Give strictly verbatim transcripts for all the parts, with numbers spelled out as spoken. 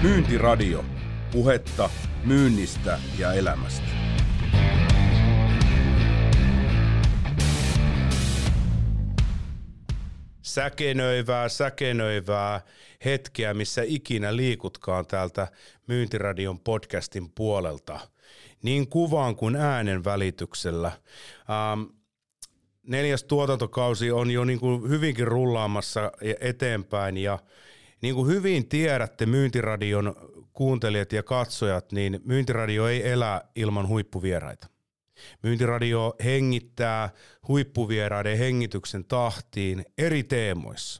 Myyntiradio. Puhetta myynnistä ja elämästä. Säkenöivää, säkenöivää hetkeä, missä ikinä liikutkaan täältä Myyntiradion podcastin puolelta. Niin kuvaan kuin äänen välityksellä. Ähm, neljäs tuotantokausi on jo niin kuin hyvinkin rullaamassa eteenpäin ja niin kuin hyvin tiedätte Myyntiradion kuuntelijat ja katsojat, niin Myyntiradio ei elä ilman huippuvieraita. Myyntiradio hengittää huippuvieraiden hengityksen tahtiin eri teemoissa.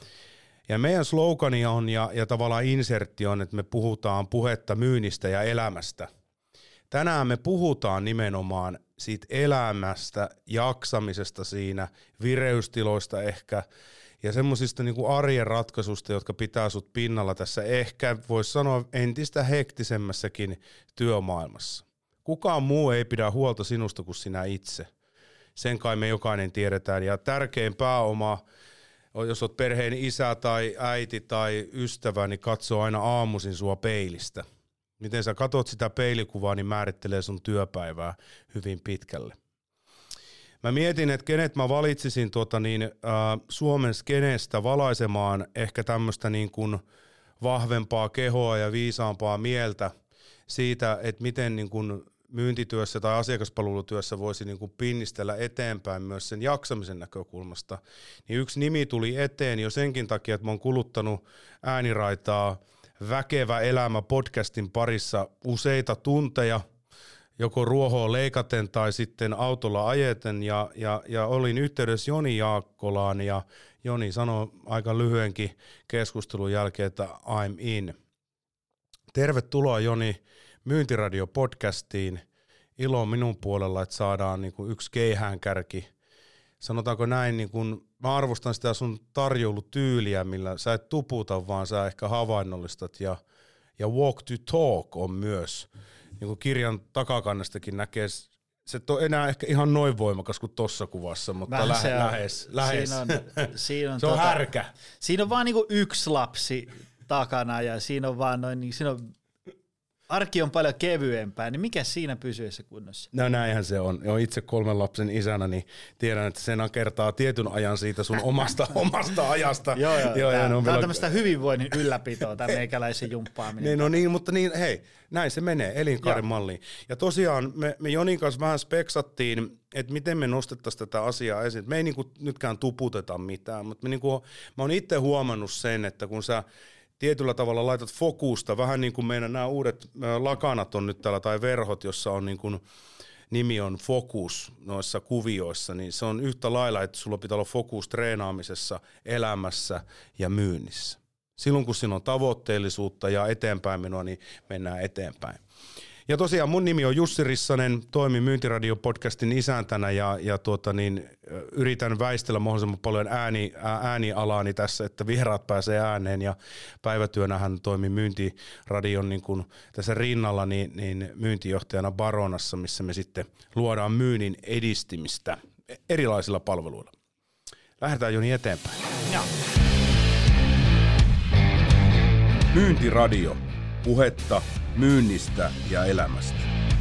Ja meidän slogani on ja, ja tavallaan insertti on, että me puhutaan puhetta myynnistä ja elämästä. Tänään me puhutaan nimenomaan siitä elämästä, jaksamisesta siinä, vireystiloista ehkä, ja semmoisista niinku arjen ratkaisusta, jotka pitää sut pinnalla tässä ehkä, voisi sanoa, entistä hektisemmässäkin työmaailmassa. Kukaan muu ei pidä huolta sinusta kuin sinä itse. Sen kai me jokainen tiedetään. Ja tärkein pääoma, jos olet perheen isä tai äiti tai ystävä, niin katsoo aina aamuisin sua peilistä. Miten sä katot sitä peilikuvaa, niin määrittelee sun työpäivää hyvin pitkälle. Mä mietin, että kenet mä valitsisin tuota niin, äh, Suomen skenestä valaisemaan ehkä tämmöistä niin kuin vahvempaa kehoa ja viisaampaa mieltä siitä, että miten niin kuin myyntityössä tai asiakaspalvelutyössä voisi niin kuin pinnistellä eteenpäin myös sen jaksamisen näkökulmasta. Niin yksi nimi tuli eteen jo senkin takia, että mä oon kuluttanut ääniraitaa Väkevä elämä podcastin parissa useita tunteja, joko ruohoa leikaten tai sitten autolla ajeten, ja, ja, ja olin yhteydessä Joni Jaakkolaan, ja Joni sanoi aika lyhyenkin keskustelun jälkeen, että I'm in. Tervetuloa Joni Myyntiradio-podcastiin. Ilo minun puolella, että saadaan niin kuin yksi keihäänkärki. Sanotaanko näin, niin kuin, mä arvostan sitä sun tarjoulutyyliä, millä sä et tuputa, vaan sä ehkä havainnollistat, ja, ja walk to talk on myös. Niin kuin kirjan takakannastakin näkee, se et ole enää ehkä ihan noin voimakas kuin tuossa kuvassa, mutta lähe, on, lähes. lähes. Siinä on, siinä on se on tota, härkä. Siinä on vaan niinku yksi lapsi takana ja siinä on vaan noin, niin siinä on, arki on paljon kevyempää, niin mikä siinä pysyessä kunnossa? No näinhän se on. Jo itse kolmen lapsen isänä, niin tiedän, että sen kertaa tietyn ajan siitä sun omasta, omasta ajasta. joo, joo. joo tämä, ja tämä on vielä tämmöistä hyvinvoinnin ylläpitoa, tämä meikäläisen jumppaaminen. Niin, no niin, mutta niin, hei, näin se menee elinkaaren malliin. Ja tosiaan me, me Jonin kanssa vähän speksattiin, että miten me nostettaisiin tätä asiaa esiin. Me ei niinku nytkään tuputeta mitään, mutta me niinku, mä oon itse huomannut sen, että kun sä tietyllä tavalla laitat fokusta, vähän niin kuin meidän nämä uudet lakanat on nyt täällä, tai verhot, jossa on niin kuin nimi on fokus noissa kuvioissa, niin se on yhtä lailla, että sulla pitää olla fokus treenaamisessa, elämässä ja myynnissä. Silloin kun siinä on tavoitteellisuutta ja eteenpäin menoa, niin mennään eteenpäin. Ja tosiaan mun nimi on Jussi Rissanen, toimin Myyntiradio-podcastin isäntänä ja, ja tuota niin, yritän väistellä mahdollisimman paljon ääni, äänialaani tässä, että vieraat pääsee ääneen, ja päivätyönähän toimin Myyntiradion niin kuin tässä rinnalla niin, niin myyntijohtajana Baronassa, missä me sitten luodaan myynnin edistimistä erilaisilla palveluilla. Lähdetään Joni eteenpäin. Ja. Myyntiradio. Puhetta myynnistä ja elämästä.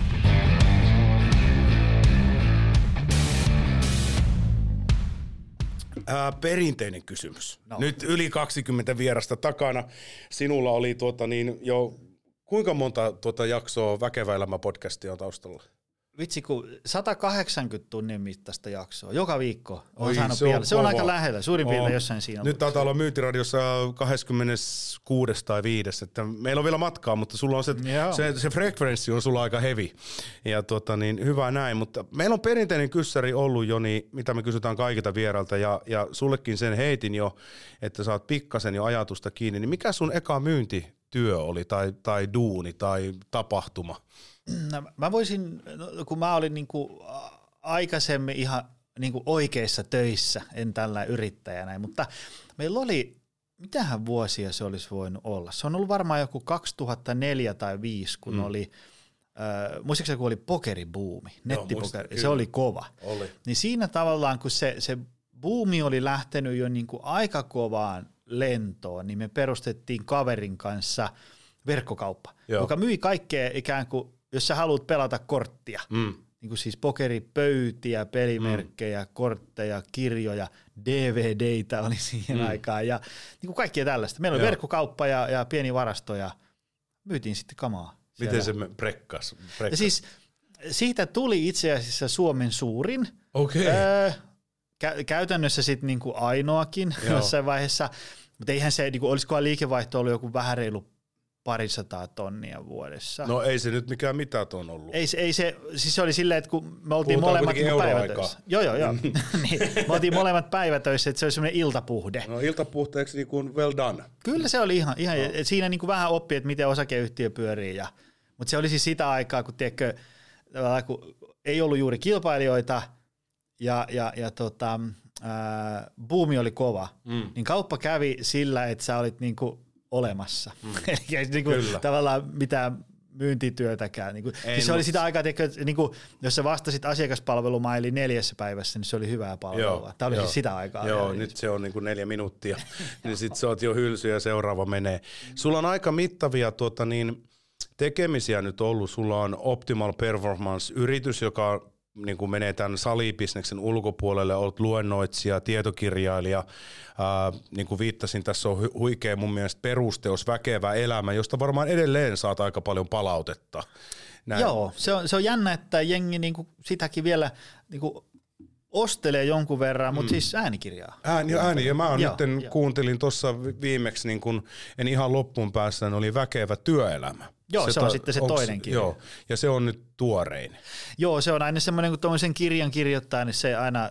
Ää, perinteinen kysymys. No. Nyt yli kaksikymmentä vierasta takana. Sinulla oli tuota niin jo, kuinka monta tuota jaksoa Väkevä elämä podcastia on taustalla? Vitsi, kun sata kahdeksankymmentä tunnin mittaista jaksoa, joka viikko on Oi, saanut se pian. on Se on kova. aika lähellä, suurin piirtein jossain siinä. Nyt taitaa olla Myyntiradiossa kahdeskymmeneskuudes tai viides, että meillä on vielä matkaa, mutta sulla on se, se, se frekvenssi on sulla aika heavy. Ja tuota, niin, hyvä näin, mutta meillä on perinteinen kyssäri ollut jo, niin, mitä me kysytään kaikilta vierailta, ja, ja sullekin sen heitin jo, että saat pikkasen jo ajatusta kiinni, niin mikä sun eka myyntityö oli, tai, tai duuni, tai tapahtuma? No, mä voisin, kun mä olin niinku aikaisemmin ihan niinku oikeissa töissä, en tällä yrittäjänä, mutta meillä oli, mitähän vuosia se olisi voinut olla? Se on ollut varmaan joku kaksituhattaneljä tai viisi, kun mm. oli, äh, muistaakseni kun oli pokeribuumi, nettipokeri, no, se oli kova. Oli. Niin siinä tavallaan, kun se, se buumi oli lähtenyt jo niinku aika kovaan lentoon, niin me perustettiin kaverin kanssa verkkokauppa, Joo. joka myi kaikkea ikään kuin, jos sä haluat pelata korttia, Mm. niin kuin siis pokeripöytiä, pelimerkkejä, mm. kortteja, kirjoja, D V D:itä oli siihen mm. aikaan ja niin kuin kaikkea tällaista. Meillä oli Joo. verkkokauppa ja, ja pieni varasto ja myytiin sitten kamaa. Miten se brekkas? brekkas? Ja siis siitä tuli itse asiassa Suomen suurin. Okei. Öö, kä- käytännössä sitten niinku ainoakin Joo. jossain vaiheessa, mutta eihän se, niinku, olisikohan liikevaihto ollut joku vähän reilu parisataa tonnia vuodessa. No ei se nyt mikään mitään on ollut. Ei, se- ei se, siis se oli silleen, että kun me oltiin Puhutaan molemmat kuitenkin niinku euroaikaa. päivätöissä. Joo, joo, joo. niin, me oltiin molemmat päivätöissä, että se oli semmoinen iltapuhde. No iltapuhteeksi niin kuin well done. Kyllä se oli ihan, ihan no. Siinä niinku vähän oppi, että miten osakeyhtiö pyörii. Ja, mutta se oli siis sitä aikaa, kun, tiedätkö, kun ei ollut juuri kilpailijoita ja, ja, ja tota, ää, buumi oli kova, mm. niin kauppa kävi sillä, että sä olit niinku olemassa. Mm. Eli ei niinku tavallaan mitään myyntityötäkään. Niinku, siis se oli sitä aikaa, tiedätkö, että niinku, jos sä vastasit asiakaspalvelumailiin neljässä päivässä, niin se oli hyvää palvelua. Tämä oli joo. siis sitä aikaa. Joo, nyt se on niinku neljä minuuttia, niin sit sä oot jo hylsy ja seuraava menee. Sulla on aika mittavia tuota, niin, tekemisiä nyt ollut. Sulla on Optimal Performance-yritys, joka niin kuin menee tämän salibisneksen ulkopuolelle, olet luennoitsija, tietokirjailija, ää, niin kuin viittasin, tässä on hu- huikea mun mielestä perusteos, väkevä elämä, josta varmaan edelleen saat aika paljon palautetta. Näin. Joo, se on, se on jännä, että jengi niinku sitäkin vielä niinku ostelee jonkun verran, mutta mm. siis äänikirjaa. Ääni, ääni ja mä oon joo, nyt joo. kuuntelin tuossa viimeksi, niin kun en ihan loppuun päässä, oli väkevä työelämä. Joo, se, se on ta, sitten se onks, toinen kirja. Joo, ja se on nyt tuorein. Joo, se on aina semmoinen, kun tuommoisen kirjan kirjoittaa, niin se aina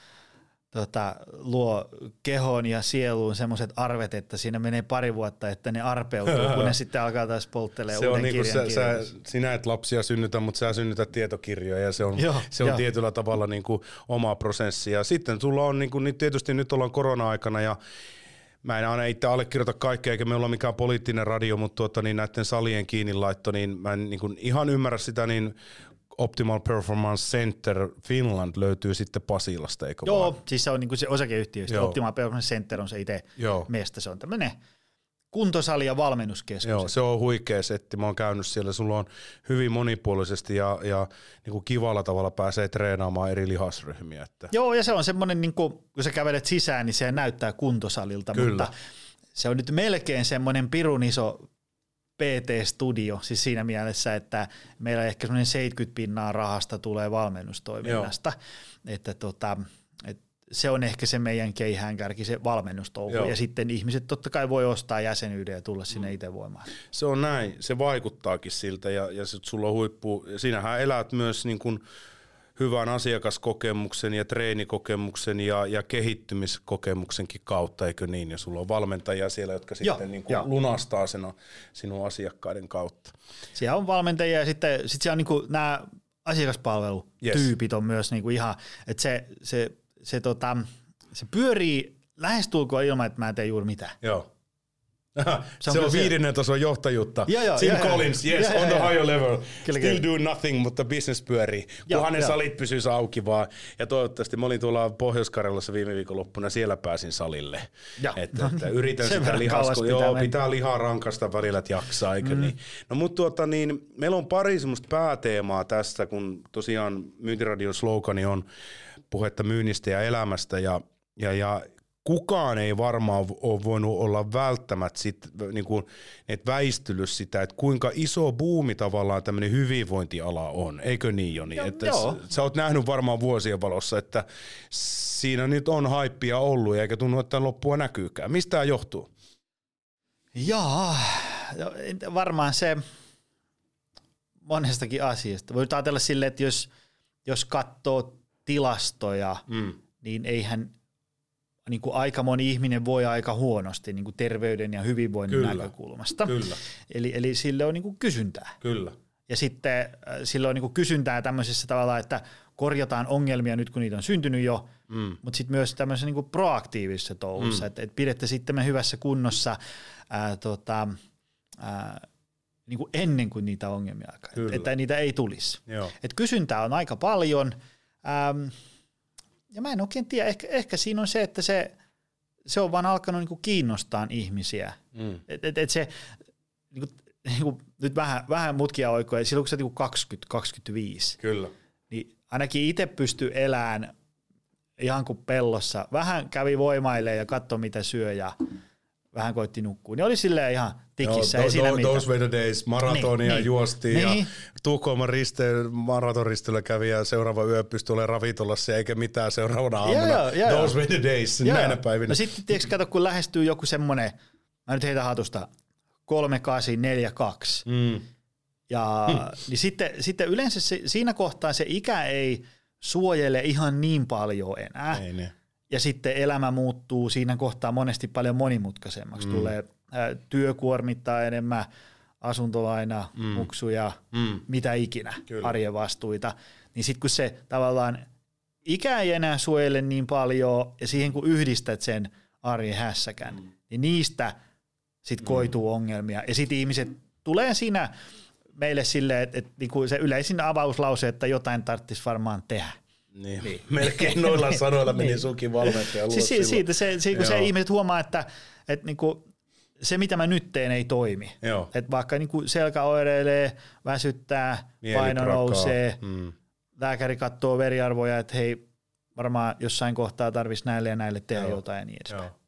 tota, luo kehoon ja sieluun semmoiset arvet, että siinä menee pari vuotta, että ne arpeutuu, kun ne sitten alkaa taas polttelee se uuden on niin kirjan kuin sä, sä, sinä et lapsia synnytä, mutta sä synnytät tietokirjoja ja se on, joo, se on joo. tietyllä tavalla niin kuin oma prosessi. Ja sitten sulla on, niin kuin, niin tietysti nyt ollaan korona-aikana ja mä en aina itse allekirjoita kaikkea, eikä me olla mikään poliittinen radio, mutta tuota, niin näiden salien kiinni laitto, niin mä en niin kuin ihan ymmärrä sitä, niin Optimal Performance Center Finland löytyy sitten Pasilasta, eikö Joo, vaan? siis se on niinku se osakeyhtiö, Joo. Optimal Performance Center on se itse Joo. meistä, se on tämmöinen kuntosali ja valmennuskeskus. Joo, se on huikea setti. Mä oon käynyt siellä. Sulla on hyvin monipuolisesti ja, ja niin kuin kivalla tavalla pääsee treenaamaan eri lihasryhmiä. Että. Joo, ja se on semmoinen, niin kun sä kävelet sisään, niin se näyttää kuntosalilta, Kyllä. mutta se on nyt melkein semmoinen pirun iso P T-studio, siis siinä mielessä, että meillä ehkä semmoinen seitsemänkymmentä pinnaa rahasta tulee valmennustoiminnasta, Joo. että tota, et se on ehkä se meidän keihäänkärki, se valmennustouhu, Joo. ja sitten ihmiset totta kai voi ostaa jäsenyyden ja tulla sinne mm. itse voimaan. Se on näin, se vaikuttaakin siltä, ja, ja sit sulla on huippu, sinähän elät myös niin kuin hyvän asiakaskokemuksen ja treenikokemuksen ja, ja kehittymiskokemuksenkin kautta, eikö niin? Ja sulla on valmentajia siellä, jotka Joo, sitten niin kuin jo. lunastaa sen sinun asiakkaiden kautta. Siellä on valmentajia ja sitten sit siellä on niin kuin nämä asiakaspalvelutyypit yes. on myös niin kuin ihan, että se, se, se, tota, se pyörii lähestulkoon ilman, että mä en tee juuri mitään. Joo. Se, se on, on viidennen tason johtajuutta. Ja, ja, Tim ja, Collins, ja, yes, ja, on the ja, higher level. Kyllä, Still kyllä. do nothing, mutta business pyörii. Ja, Kunhan ne ja. salit pysyisi auki vaan. Ja toivottavasti, mä olin tuolla Pohjois-Karjalassa viime viikonloppuna, siellä pääsin salille. Ja. Että, että yritän Sen sitä verran lihasko. kauas Joo, pitää pitää, mennä. lihaa rankasta välillä, että jaksaa, eikö mm. niin? No mutta tuota niin, meillä on pari semmoista pääteemaa tässä, kun tosiaan Myyntiradion slogani on puhetta myynnistä ja elämästä ja, ja, ja kukaan ei varmaan ole voinut olla välttämättä sit, niin kuin, et väistynyt sitä, että kuinka iso buumi tavallaan tämmöinen hyvinvointiala on, eikö niin Joni? Joo, että joo. S- sä oot nähnyt varmaan vuosien valossa, että siinä nyt on haippia ollut eikä tunnu, että loppua näkyykään. Mistä tämä johtuu? Jaa, varmaan se monestakin asiasta. Voi ajatella silleen, että jos, jos katsoo tilastoja, mm. niin eihän niin kuin aika moni ihminen voi aika huonosti niin kuin terveyden ja hyvinvoinnin Kyllä. näkökulmasta. Kyllä. Eli, eli sille on niin kuin kysyntää. Kyllä. Ja sitten sille on niin kuin kysyntää tämmöisessä tavalla, että korjataan ongelmia nyt, kun niitä on syntynyt jo, mm. mutta sitten myös tämmöisessä niin kuin proaktiivisessa touhussa, mm. että et pidette sitten me hyvässä kunnossa ää, tota, ää, niin kuin ennen kuin niitä ongelmia alkaa, että, että niitä ei tulisi. Et kysyntää on aika paljon. Ähm, Ja mä en oikein tiedä, ehkä, ehkä siinä on se, että se, se on vaan alkanut niinku kiinnostaa ihmisiä. Mm. Et, et, et se, niinku, niin kuin, nyt vähän, vähän mutkia oikoja, silloin kun sä oot kaksikymmentä kaksikymmentäviisi, Kyllä. niin ainakin itse pystyy elämään ihan kuin pellossa. Vähän kävi voimailemaan ja katsoi mitä syö ja vähän koitti nukkua. Niin oli silleen ihan tikissä, no, ei siinä no, mitään. Those were the days. Maratonia niin, juostiin niin. ja Tukholman risteen maratonristeillä kävi ja seuraava yö pystyi olemaan ravintolassa eikä mitään seuraavana aamuna. Joo, joo, Those were the days joo, näinä päivinä. No sitten tiedätkö, kato, kun lähestyy joku semmoinen, mä nyt heitän hatusta, kolme kahdeksan neljä kaksi. Mm. Ja hmm. niin sitten, sitten yleensä se, siinä kohtaa se ikä ei suojele ihan niin paljon enää. Ei ne. Ja sitten elämä muuttuu siinä kohtaa monesti paljon monimutkaisemmaksi. Mm. Tulee ä, työkuormittaa enemmän, asuntolaina, mm. muksuja, mm. mitä ikinä, Kyllä. arjen vastuita. Niin sitten kun se tavallaan ikä ei enää suojele niin paljon ja siihen kun yhdistät sen arjen hässäkän, mm. niin niistä sitten koituu mm. ongelmia. Ja sitten ihmiset tulee siinä meille silleen, että, että niinku se yleisin avauslause, että jotain tarvitsisi varmaan tehdä. Niin. Niin. Melkein noilla sanoilla meni niin. sunkin valmentaja luo siis siitä se, se, kun se ihmiset huomaa, että, että niinku, se mitä mä nyt teen ei toimi. Että vaikka niinku selkä oireilee, väsyttää, mieli paino prakaa. Nousee, mm. lääkäri katsoo veriarvoja, että hei, varmaan jossain kohtaa tarvitsisi näille ja näille tehdä Joo. jotain ja niin edespäin. Joo.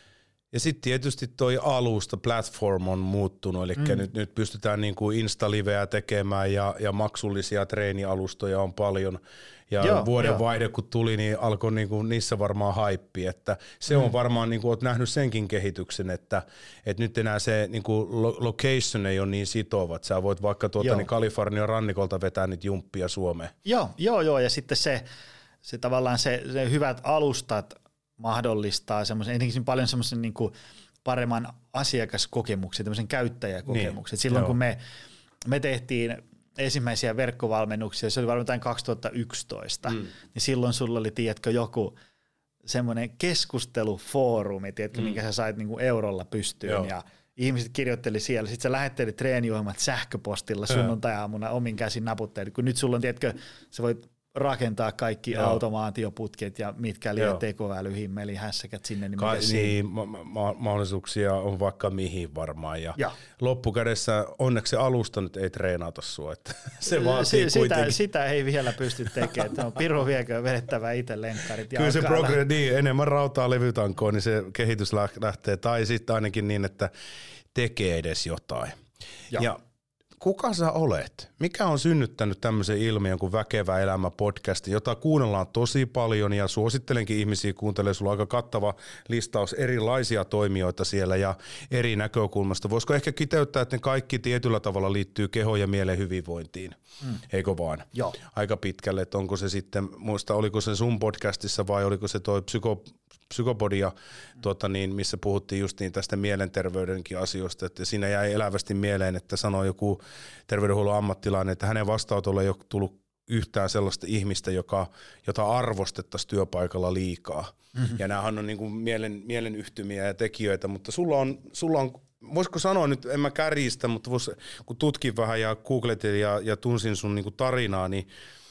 Ja sitten tietysti toi alusta, platform on muuttunut, eli mm. nyt, nyt pystytään niinku Insta-liveä tekemään ja, ja maksullisia treenialustoja on paljon. Ja joo, vuoden jo. vaihde kun tuli, niin alkoi niinku niissä varmaan haippi, että se mm. on varmaan, niinku oot nähnyt senkin kehityksen, että, että nyt enää se niinku location ei ole niin sitova, että sä voit vaikka tuota niin Kalifornian rannikolta vetää nyt jumppia Suomeen. Joo, joo, joo, ja sitten se, se tavallaan se, se hyvät alustat mahdollistaa semmoisen, ennenkin paljon semmoisen niin kuin paremman asiakaskokemuksen, tämmöisen käyttäjäkokemuksen. Niin, silloin joo. kun me, me tehtiin ensimmäisiä verkkovalmennuksia, se oli varmaan kaksituhattayksitoista, mm. niin silloin sulla oli, tiedätkö, joku semmoinen keskustelufoorumi, tiedätkö, mm. minkä sä sait niin kuin eurolla pystyyn joo. ja ihmiset kirjoitteli siellä, sitten sä lähettelit treeniohjelmat sähköpostilla sunnuntai-aamuna omin käsin naputtelit, kun nyt sulla on, tiedätkö, sä voit rakentaa kaikki Joo. automaatioputket ja mitkä liian tekoälyhimmeli hässäkät sinne. Niin, Ka- niin ma- ma- mahdollisuuksia on vaikka mihin varmaan. Ja, ja. loppukädessä onneksi se alusta nyt ei treenata sua. Että se vaatii sitä, kuitenkin. Sitä ei vielä pysty tekemään. Se on piru viekö vedettävä itse lenkkarit. Kyllä se progr- niin, enemmän rautaa levytankoon, niin se kehitys lähtee. Tai sitten ainakin niin, että tekee edes jotain. Ja, ja kuka sä olet? Mikä on synnyttänyt tämmöisen ilmiön kuin Väkevä elämä -podcast, jota kuunnellaan tosi paljon ja suosittelenkin ihmisiä kuuntelemaan. Sulla on aika kattava listaus erilaisia toimijoita siellä ja eri näkökulmasta. Voisiko ehkä kiteyttää, että ne kaikki tietyllä tavalla liittyy keho- ja mielen hyvinvointiin, mm. eikö vaan? Joo. Aika pitkälle, että onko se sitten, muista oliko se sun podcastissa vai oliko se toi psyko, Psykopodia, mm. tuota niin, missä puhuttiin just niin tästä mielenterveydenkin asioista, että siinä jäi elävästi mieleen, että sanoi joku terveydenhuollon ammattilainen, että hänen vastaanotolle ei ole tullut yhtään sellaista ihmistä, joka, jota arvostettaisiin työpaikalla liikaa. Mm-hmm. Ja näähän on niin kuin mielen, mielenyhtymiä ja tekijöitä, mutta sulla on, sulla on, voisiko sanoa nyt, en mä kärjistä, mutta vois, kun tutkin vähän ja googletin ja, ja tunsin sun niin kuin tarinaa, niin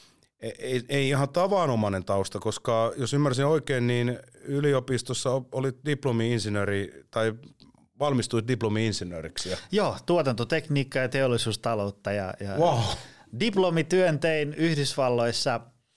ei, ei ihan tavanomainen tausta, koska jos ymmärsin oikein, niin yliopistossa olit diplomi-insinööri tai valmistuit diplomi-insinööriksi. Joo, tuotantotekniikkaa ja teollisuustaloutta ja, ja wow. diplomityön tein Yhdysvalloissa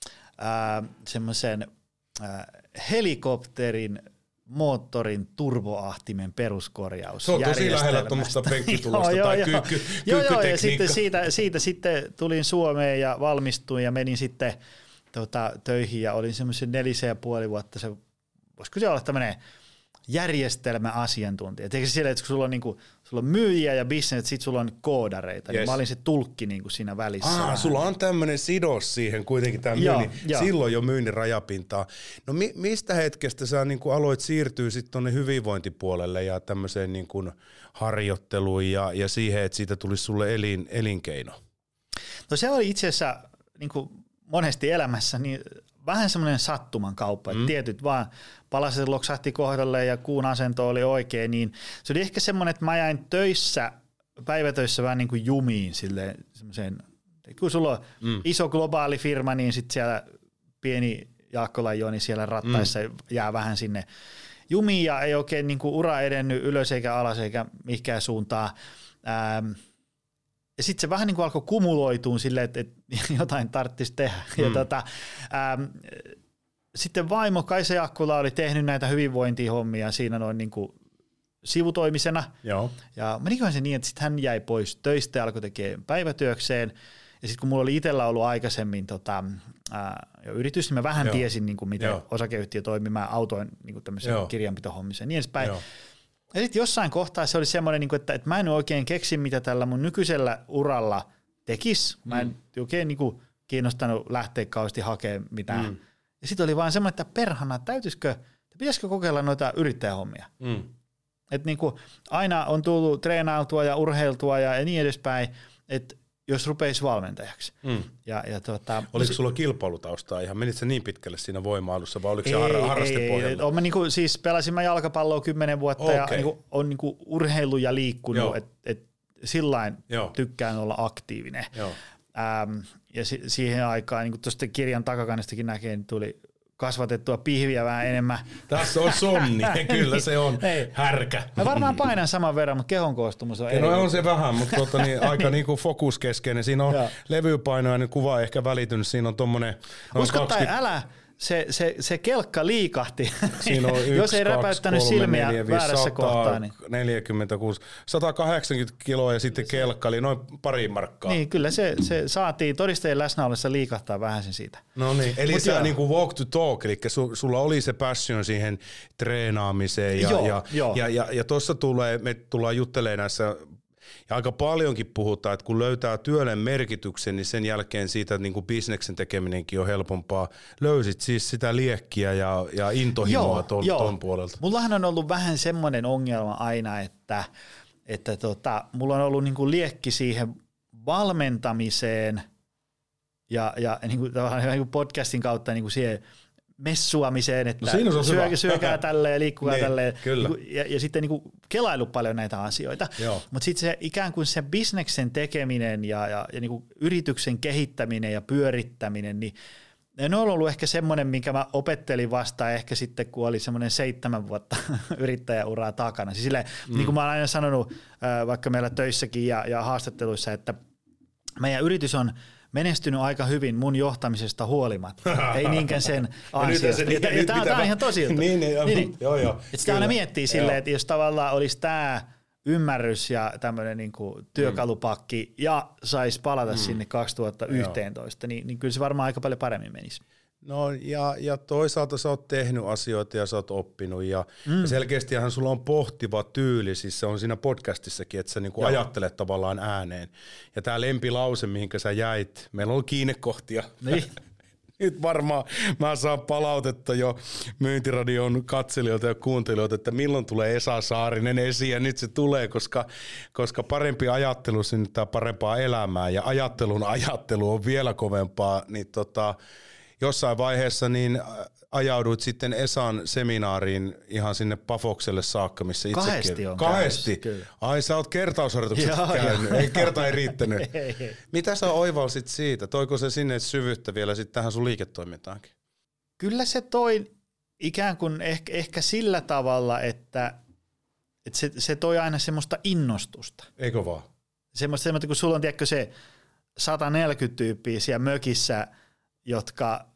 semmoisen helikopterin moottorin turboahtimen peruskorjaus. Se on tosi lähellä tuommoista penkkitulosta joo, tai joo, kyky, joo, joo, ja sitten siitä, siitä sitten tulin Suomeen ja valmistuin ja menin sitten tota, töihin ja olin semmoisen nelisen ja puoli vuotta. Se, voisiko se olla tämmöinen järjestelmäasiantuntija. Eikö se siellä, että kun sulla on, niinku, sulla on myyjiä ja business, sit sulla on koodareita, yes. niin mä olin se tulkki niinku siinä välissä. Ah, sulla on tämmöinen sidos siihen kuitenkin tämän myynnin, joo, silloin jo myynnin rajapintaa. No mi- mistä hetkestä sä niinku aloit siirtyä sitten tuonne hyvinvointipuolelle ja tämmöiseen niinku harjoitteluun ja, ja siihen, että siitä tulisi sulle elin, elinkeino? No se oli itse asiassa niinku monesti elämässä niin vähän semmoinen sattuman kauppa, että mm. tietyt vaan palaset loksahti kohdalle ja kuun asento oli oikein, niin se oli ehkä semmoinen, että mä jäin töissä, päivätöissä vähän niin kuin jumiin silleen semmoiseen, kun sulla on mm. iso globaali firma, niin sitten siellä pieni Jaakkolan Joni siellä rattaissa mm. jää vähän sinne jumiin ja ei oikein niin kuin ura edennyt ylös eikä alas eikä mihinkään suuntaan. Ähm, ja sitten se vähän niin kuin alkoi kumuloituun silleen, että, että jotain tarvitsisi tehdä. Mm. Ja tota, ähm, sitten vaimo Kaisa Jakkula oli tehnyt näitä hyvinvointihommia siinä noin niin kuin sivutoimisena. Joo. Ja meniköhän se niin, että sitten hän jäi pois töistä ja alkoi tekemään päivätyökseen. Ja sitten kun mulla oli itsellä ollut aikaisemmin tota, ää, yritys, niin mä vähän Joo. tiesin, niin kuin miten Joo. osakeyhtiö toimii. Mä autoin niin tämmöisen kirjanpitohommissa ja niin edespäin. Joo. Ja sitten jossain kohtaa se oli semmoinen, niin kuin, että, että mä en oikein keksi, mitä tällä mun nykyisellä uralla tekisi. Mä en mm. oikein niin kuin, kiinnostanut lähteä kauheasti hakemaan mitään. Mm. Ja sitten oli vaan semmoinen, että perhana, täytyisikö, pitäisikö kokeilla noita yrittäjähommia. Mm. Että niin kuin, aina on tullut treenailtua ja urheiltua ja, ja niin edespäin, että jos rupeisi valmentajaksi. Mm. Ja, ja tuota, oliko sulla kilpailutaustaa ihan? Menit sä niin pitkälle siinä voimailussa vai oliko se har- harrastepohjalla? Ei, ei. Niin siis pelasin mä jalkapalloa kymmenen vuotta okay. ja niin kuin, on niin kuin urheilu ja liikkunut, että et, sillain Joo. tykkään olla aktiivinen. Ähm, ja si- siihen aikaan, niin kuin tuosta kirjan takakannistakin näkee, niin tuli kasvatettua pihviä vähän enemmän. Tässä on sonni, kyllä se on ei. härkä. Mä varmaan painan saman verran, mutta kehon koostumus on eri. No on se vähän, mutta tuota, niin, aika niinku fokuskeskeinen. Siinä on levypainoinen kuva ehkä välitynyt, siinä on tommonen... Usko kaksikymmentä... tai älä, se, se, se kelkka liikahti, siinä on yksi, jos ei kaksi, räpäyttänyt kolme, silmiä neljä, väärässä sata, kohtaa. Niin. neljäkymmentäkuusi, sata kahdeksankymmentä kiloa ja sitten kelkka, eli noin pari markkaa. Niin, kyllä se, se saatiin todistajien läsnä ollessa liikahtaa vähän sen siitä. No niin, eli Mut sä niin kuin walk to talk, eli su, sulla oli se passion siihen treenaamiseen ja, joo, ja, joo. ja, ja, ja tuossa tulee, me tullaan juttelemaan näissä. Ja aika paljonkin puhutaan, että kun löytää työlle merkityksen, niin sen jälkeen siitä niin kuin bisneksen tekeminenkin on helpompaa. Löysit siis sitä liekkiä ja, ja intohimoa ton, ton puolelta. Mullahan on ollut vähän semmoinen ongelma aina, että, että tota, mulla on ollut niin kuin liekki siihen valmentamiseen ja, ja niin kuin, niin kuin podcastin kautta niin kuin siihen messuamiseen, että no syö, syökää tälleen ja liikkukaa niin, tälleen. Ja, ja sitten niin kuin kelailu paljon näitä asioita. Mutta sitten se ikään kuin se bisneksen tekeminen ja, ja, ja niin kuin yrityksen kehittäminen ja pyörittäminen, niin ne on ollut ehkä semmoinen, minkä mä opettelin vasta ehkä sitten, kun oli semmoinen seitsemän vuotta yrittäjäuraa takana. Siis silleen, mm. niin kuin mä oon aina sanonut, vaikka meillä töissäkin ja, ja haastatteluissa, että meidän yritys on menestynyt aika hyvin mun johtamisesta huolimatta. Ei niinkään sen ansiosta. Tämä on ihan tosi juttu. niin, niin, niin, niin. Joo, joo. Sitä aina miettii silleen, että jos tavallaan olisi tämä ymmärrys ja tämmöinen niinku työkalupakki mm. ja saisi palata mm. sinne kaksituhattayksitoista, niin, niin kyllä se varmaan aika paljon paremmin menisi. No ja, ja toisaalta sä oot tehnyt asioita ja sä oot oppinut ja, mm. ja selkeästihän sulla on pohtiva tyyli, siis se on siinä podcastissakin, että sä niinku ajattelet tavallaan ääneen. Ja tää lempilause, mihinkä sä jäit, meillä on kiinnekohtia. Niin. Nyt varmaan mä saan palautetta jo Myyntiradion katselijoilta ja kuuntelijoilta, että milloin tulee Esa Saarinen esiin ja nyt se tulee, koska, koska parempi ajattelu synnyttää parempaa elämää ja ajattelun ajattelu on vielä kovempaa, niin tota, jossain vaiheessa niin ajauduit sitten Esan seminaariin ihan sinne Pafokselle saakka, missä itsekin. Kahdesti on Kahdesti? Käynyt, Ai sä oot kertausharjoitukset käynyt, ei kerta ei riittänyt. ei, ei. Mitä sä oivalsit siitä? Toiko se sinne syvyyttä vielä sitten tähän sun liiketoimintaankin? Kyllä se toi ikään kuin ehkä, ehkä sillä tavalla, että, että se, se toi aina semmoista innostusta. Eikö vaan? Semmoista, semmoista kun sulla on tiedätkö, se sata neljäkymmentä tyyppiä siellä mökissä, jotka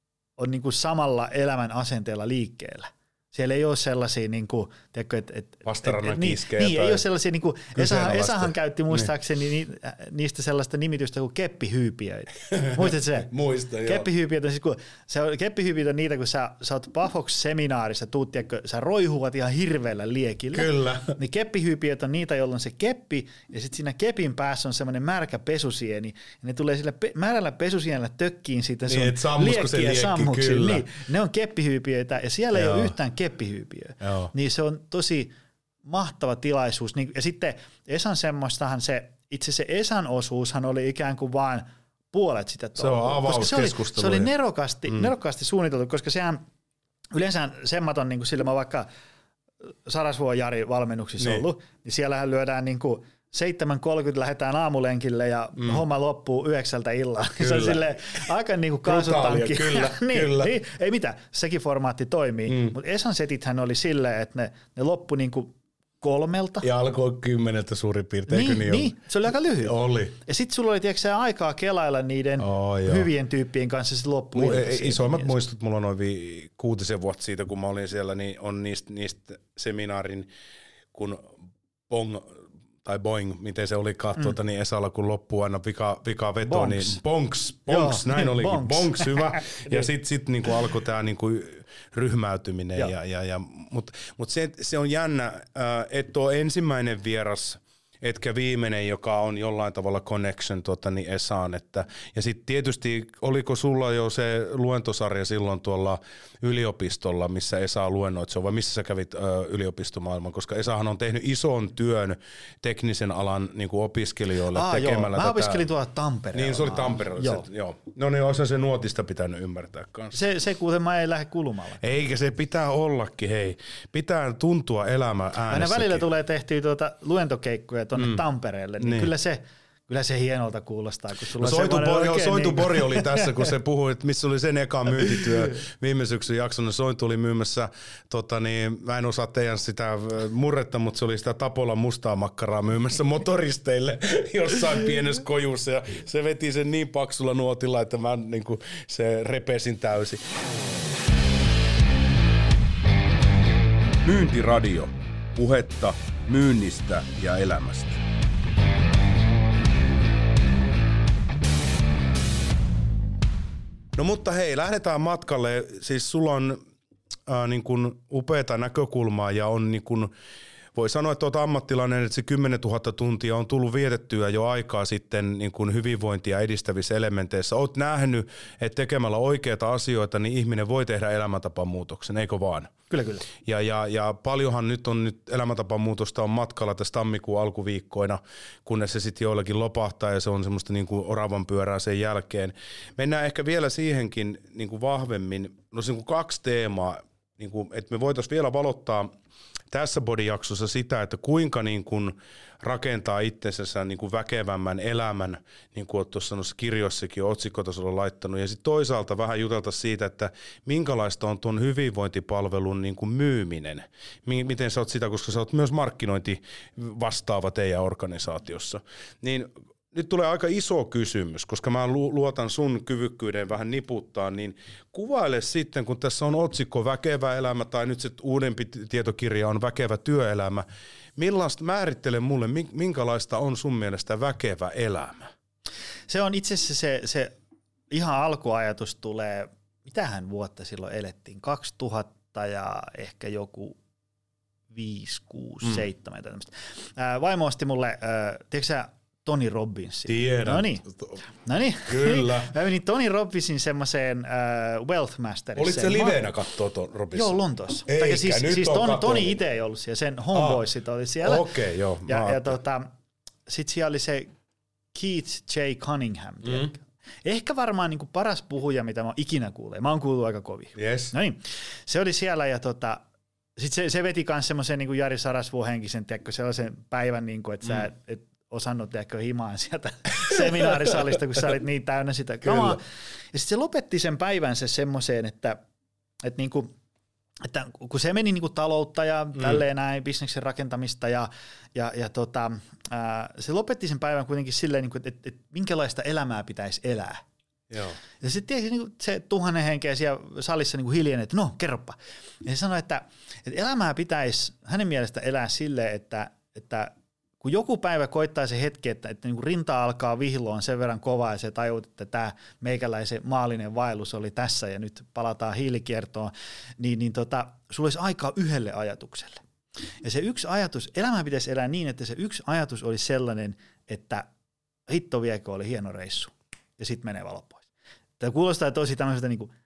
on niin kuin samalla elämän asenteella liikkeellä. Siellä ei ole sellaisia, niin kuin, tiedätkö, että... Et, vastarannan et, kiskejä. Niin, ei ole sellaisia, niin kuin, Esahan, Esahan käytti muistaakseni niin. ni, niistä sellaista nimitystä kuin keppihyypiöitä. Muistatko se? Muistan, joo. Keppihyypiöitä, siis kun, se on, keppihyypiöitä on niitä, kun sä, sä oot Pafox-seminaarissa, tuut, tiedätkö, sä roihuat ihan hirveällä liekillä. Kyllä. Niin keppihyypiöitä on niitä, joilla on se keppi, ja sitten siinä kepin päässä on semmoinen märkä pesusieni, ja ne tulee sillä pe- märällä pesusienellä tökkiin siitä sun niin, liekkiä sammuksiin. Niin, ne on keppihyypiöitä, ja siellä joo. ei ole yhtään keppihyypiöä. Joo. Niin se on tosi mahtava tilaisuus. Ja sitten Esan semmoistahan se, itse se Esan osuushan oli ikään kuin vaan puolet sitä touhua. Se on avauskeskustelu. Se oli, se oli nerokasti, mm. nerokasti suunniteltu, koska sehän yleensä semmat on, niin kuin sillä mä vaikka Sarasvuon Jari valmennuksissa niin. ollut, niin siellähän lyödään niin kuin seitsemän kolmekymmentä lähdetään aamulenkille ja mm. homma loppuu yhdeksältä illalla. Se on silleen aika niin kuin kaasutankki. Kyllä, niin, kyllä. Niin, ei mitään, sekin formaatti toimii. Mm. Mutta Esan setithän oli silleen, että ne, ne loppu niin kuin kolmelta. Ja alkoi kymmeneltä suurin piirtein. Niin, niin, niin, se oli aika lyhyt. Oli. Ja sitten sulla oli tiedätkö, aikaa kelailla niiden oh, hyvien tyyppien kanssa sit loppuun. Isoimmat muistut, mulla on noin vi- kuutisen vuotta siitä, kun mä olin siellä, niin on niistä, niistä seminaarin, kun Bong tai Boing, miten se oli tuota, mm. niin Esalla, kun loppuu aina vika, vika veto, bonks. niin bonks, bonks, Joo, näin olikin, bonks, bonks hyvä. Ja sitten sit, niinku alkoi tämä niinku ryhmäytyminen. Ja, ja, ja, Mutta mut se, se on jännä, että on ensimmäinen vieras, etkä viimeinen, joka on jollain tavalla connection tuota, niin Esaan. Että, ja sitten tietysti, oliko sulla jo se luentosarja silloin tuolla yliopistolla, missä Esa luennoit, vai missä sä kävit ö, yliopistomaailman, koska Esahan on tehnyt ison työn teknisen alan niin kuin opiskelijoille Aa, tekemällä joo. Mä tätä. opiskelin tuolla Tampereella. Niin, se oli Tampereella. Joo. Se, joo. No niin, olisi se nuotista pitänyt ymmärtää kanssa. Se, se kuulemma ei lähde kulmalla. Eikä se pitää ollakin, hei. Pitää tuntua elämä äänessäkin. Aina välillä tulee tehtyä tuota luentokeikkoja tuonne mm. Tampereelle, niin, niin. Kyllä, se, kyllä se hienolta kuulostaa. Kun sulla no Soitu, Bo- joo, Soitu niin Bori oli tässä, kun se puhui, että missä oli sen eka myyntityö viime syksyn jakson. Soitu oli myymässä, tota niin, mä en osaa teidän sitä murretta, mutta se oli sitä Tapolan mustaa makkaraa myymässä motoristeille jossain pienessä kojussa. Ja se veti sen niin paksulla nuotilla, että mä niin kuin, se repesin täysin. Myyntiradio. Puhetta myynnistä ja elämästä. No mutta hei, lähdetään matkalle. Siis sulla on äh, niin kuin upeata näkökulmaa ja on niin kuin, voi sanoa, että olet ammattilainen, että se kymmenentuhatta tuntia on tullut vietettyä jo aikaa sitten niin kuin hyvinvointia edistävissä elementeissä. Olet nähnyt, että tekemällä oikeita asioita, niin ihminen voi tehdä elämäntapamuutoksen, eikö vaan? Kyllä, kyllä. Ja, ja, ja paljonhan nyt on nyt elämäntapamuutosta on matkalla tässä tammikuun alkuviikkoina, kunnes se sitten joillakin lopahtaa ja se on semmoista niin kuin oravan pyörää sen jälkeen. Mennään ehkä vielä siihenkin niin kuin vahvemmin, no se on kaksi teemaa, niin kuin, että me voitaisiin vielä valottaa tässä body-jaksossa sitä, että kuinka niin kuin rakentaa itsensä niin kuin väkevämmän elämän, niin kuin olet tuossa noissa kirjoissakin otsikkotasolla laittanut, ja sitten toisaalta vähän jutelta siitä, että minkälaista on tuon hyvinvointipalvelun niin kuin myyminen. Miten sä oot sitä, koska sä oot myös markkinointi vastaava teidän organisaatiossa. Niin nyt tulee aika iso kysymys, koska mä luotan sun kyvykkyyden vähän niputtaa, niin kuvaile sitten, kun tässä on otsikko Väkevä elämä, tai nyt se uudempi tietokirja on Väkevä työelämä, millaista, määrittele mulle, minkälaista on sun mielestä väkevä elämä? Se on itse asiassa se, se ihan alkuajatus tulee, mitähän vuotta silloin elettiin, kaksituhatta ja ehkä joku viisi, kuusi, mm. seitsemän. Vaimo osti mulle, äh, tiedätkö sä, Tony Robbinsin. Tiedän. No niin. No niin. Kyllä. Mä menin Tony Robbinsin semmoiseen uh, Wealth Masterissa. Olit se liveenä kattoo Ton Robbinsin? Joo, Lontoossa. Eikä, siis, nyt siis on Tony, Tony itse ei ollut siellä, sen Homeboysit ah. oli siellä. Okei, okay, joo. Ja, ja tota, sit siellä oli se Keith J. Cunningham. Mm. Ehkä varmaan niin kuin paras puhuja, mitä mä oon ikinä kuullut. Mä oon kuullut aika kovin. Yes. No niin. Se oli siellä ja tota, sit se, se veti kans semmoisen niin kuin Jari Sarasvuo henkisen, tiedätkö, sellaisen päivän, niin kuin, että mm. sä et, osannut tehdä himaan sieltä seminaarisalista, kun sä olit niin täynnä sitä kamaa. Ja sitten se lopetti sen päivänsä semmoiseen, että, että, niinku, että kun se meni niinku taloutta ja mm. tälleen näin, bisneksen rakentamista ja, ja, ja tota, ää, se lopetti sen päivän kuitenkin silleen, niinku, että, että, että minkälaista elämää pitäisi elää. Joo. Ja sitten niinku, se tuhannen henkeä siellä salissa niinku hiljeni, että no kerropa. Ja se sanoi, että, että elämää pitäisi hänen mielestä elää silleen, että, että kun joku päivä koittaa se hetki, että, että niin kuin rinta alkaa vihloon sen verran kovaa ja se tajut, että tämä meikäläisen maallinen vaellus oli tässä ja nyt palataan hiilikiertoon, niin, niin tota, sulla olisi aikaa yhdelle ajatukselle. Ja se yksi ajatus, elämä pitäisi elää niin, että se yksi ajatus olisi sellainen, että hitto viekö oli hieno reissu ja sitten menee valo pois. Tämä kuulostaa tosi tämmöiseltä niin kuin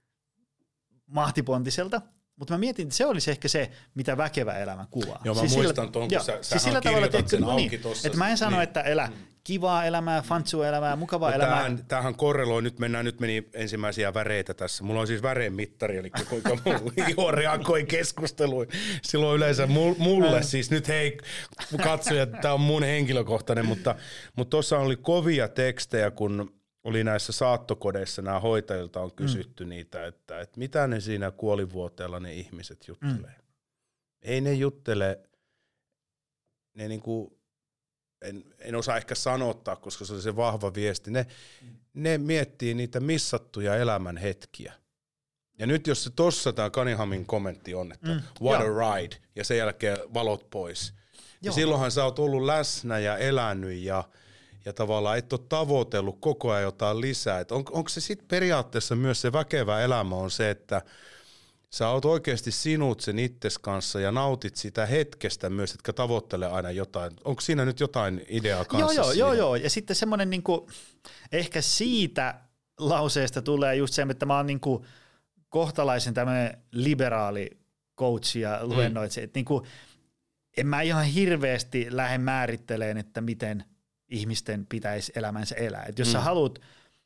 mahtipontiselta, mutta mä mietin, että se olisi ehkä se, mitä väkevä elämä kuvaa. Joo, mä siis muistan sillä, tuon, kun jo, sä, siis sillä kirjoitat tavalla, sen no auki niin, tuossa. Että mä en sano, niin. että elä kivaa elämää, fantsua elämää, mukavaa no, elämää. Tämähän, tämähän korreloi, nyt mennään, nyt meni ensimmäisiä väreitä tässä. Mulla on siis väreen mittari, eli kuinka iho reagoi keskusteluun. Silloin yleensä mulle, siis nyt hei katsojat, tämä on mun henkilökohtainen, mutta tuossa mutta oli kovia tekstejä, kun oli näissä saattokodeissa, nämä hoitajilta on kysytty mm. niitä, että, että mitä ne siinä kuolivuoteella ne ihmiset juttelee. Mm. Ei ne juttele ne niinku, en, en osaa ehkä sanottaa, koska se oli se vahva viesti, ne, ne miettii niitä missattuja elämän hetkiä. Ja nyt jos se tossa tää Cunninghamin kommentti on, että mm, what joo. a ride, ja sen jälkeen valot pois, niin silloinhan sä oot ollut läsnä ja elänyt ja, ja tavallaan et ole tavoitellut koko ajan jotain lisää. Et on, onko se sitten periaatteessa myös se väkevä elämä on se, että sä oot oikeasti sinut sen itses kanssa ja nautit sitä hetkestä myös, etkä tavoittele aina jotain. Onko siinä nyt jotain ideaa kanssa? Joo, joo, joo, joo. Ja sitten semmoinen niinku, ehkä siitä lauseesta tulee just se, että mä oon niinku kohtalaisen tämmöinen liberaali coach ja luennoitsija. Mm. Niinku, en mä ihan hirveästi lähde määrittelemään, että miten ihmisten pitäisi elämänsä elää. Et jos mm. sä haluat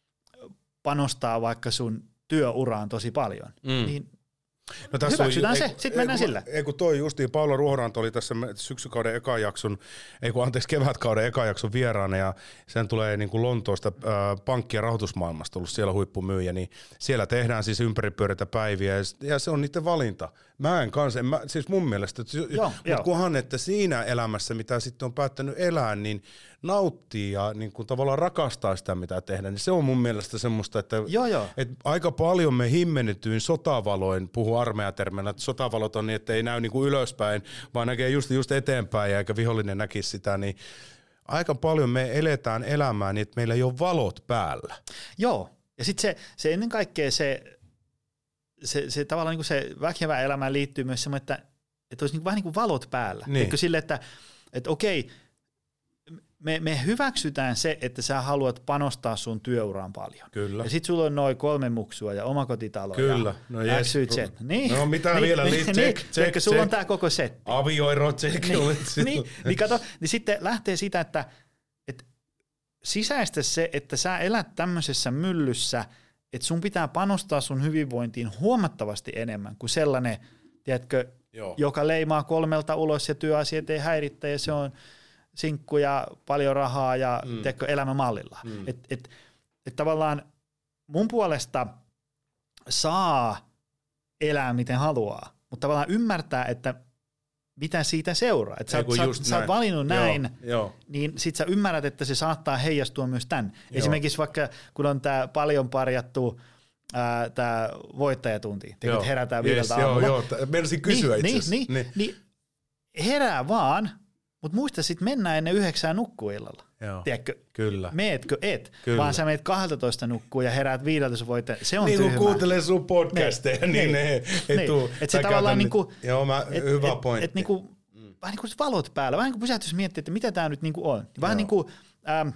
panostaa vaikka sun työuraan tosi paljon, mm. niin no hyväksytään on, se, sitten mennään sillä. Ei kun toi justiin, Paula Ruohoranto oli tässä syksykauden ekan jakson, ei kun anteeksi kevätkauden ekan jakson vieraana ja sen tulee niin kuin Lontoosta äh, pankki- ja rahoitusmaailmasta ollut siellä huippumyyjä, niin siellä tehdään siis ympäripyöreitä päiviä ja, ja se on niiden valinta. Mä en kanssa, en mä, siis mun mielestä, mutta kunhan että siinä elämässä, mitä sitten on päättänyt elää, niin nauttii ja niin kuin tavallaan rakastaa sitä, mitä tehdään, niin se on mun mielestä semmoista, että, joo, joo. että aika paljon me himmennetyin sotavaloin, puhun armeijatermeillä, että sotavalot on niin, että ei näy niin kuin ylöspäin, vaan näkee just, just eteenpäin ja eikä vihollinen näkisi sitä, niin aika paljon me eletään elämää niin, että meillä ei ole valot päällä. Joo, ja sitten se, se ennen kaikkea se, se, se tavallaan niin kuin se väkevä elämään liittyy myös semmoinen, että, että olisi niin kuin vähän niin kuin valot päällä. Niin. Eikö sille, että, että okei, Me, me hyväksytään se, että sä haluat panostaa sun työuraan paljon. Kyllä. Ja sit sulla on noin kolme muksua ja omakotitalo. Kyllä. No ja X Y Z. Niin. No mitä niin, vielä? Niin, check, niin, check, check, check. Sulla on tää koko setti. Avioero, check. Niin, niin, niin, kato, niin sitten lähtee sitä, että, että sisäistä se, että sä elät tämmöisessä myllyssä, että sun pitää panostaa sun hyvinvointiin huomattavasti enemmän kuin sellainen, tiedätkö, Joo. joka leimaa kolmelta ulos ja työasiat ei häirittä ja se on sinkku ja paljon rahaa ja mm. tiedätkö, elämämallilla. Mm. Että et, et tavallaan mun puolesta saa elää miten haluaa, mutta tavallaan ymmärtää, että mitä siitä seuraa. Että sä, sä, sä oot valinnut näin, joo, jo. Niin sit sä ymmärrät, että se saattaa heijastua myös tän. Joo. Esimerkiksi vaikka kun on tää paljon parjattu ää, tää voittajatunti, että herätään viideltä yes, aamulla. Joo, joo. Meinasin kysyä niin, itse niin, niin, niin, niin herää vaan, mutta muista sitten mennään ennen yhdeksää nukkuu illalla. Joo, tiedätkö, kyllä. meetkö et, kyllä. vaan sä meet kahdellatoista nukkuu ja heräät viideltä, sun voit, se on niin, tyhmää. Niin kun kuuntelee sun podcasteja, niin, niin ne ei, ei niin. tuu. Että se tavallaan niinku, joo, mä, et, hyvä et, pointti. Et niinku, mm. vähän niin kuin valot päällä, vähän niin kuin pysähtyisi miettiä, että mitä tämä nyt niinku on. Vähän niin kuin ähm,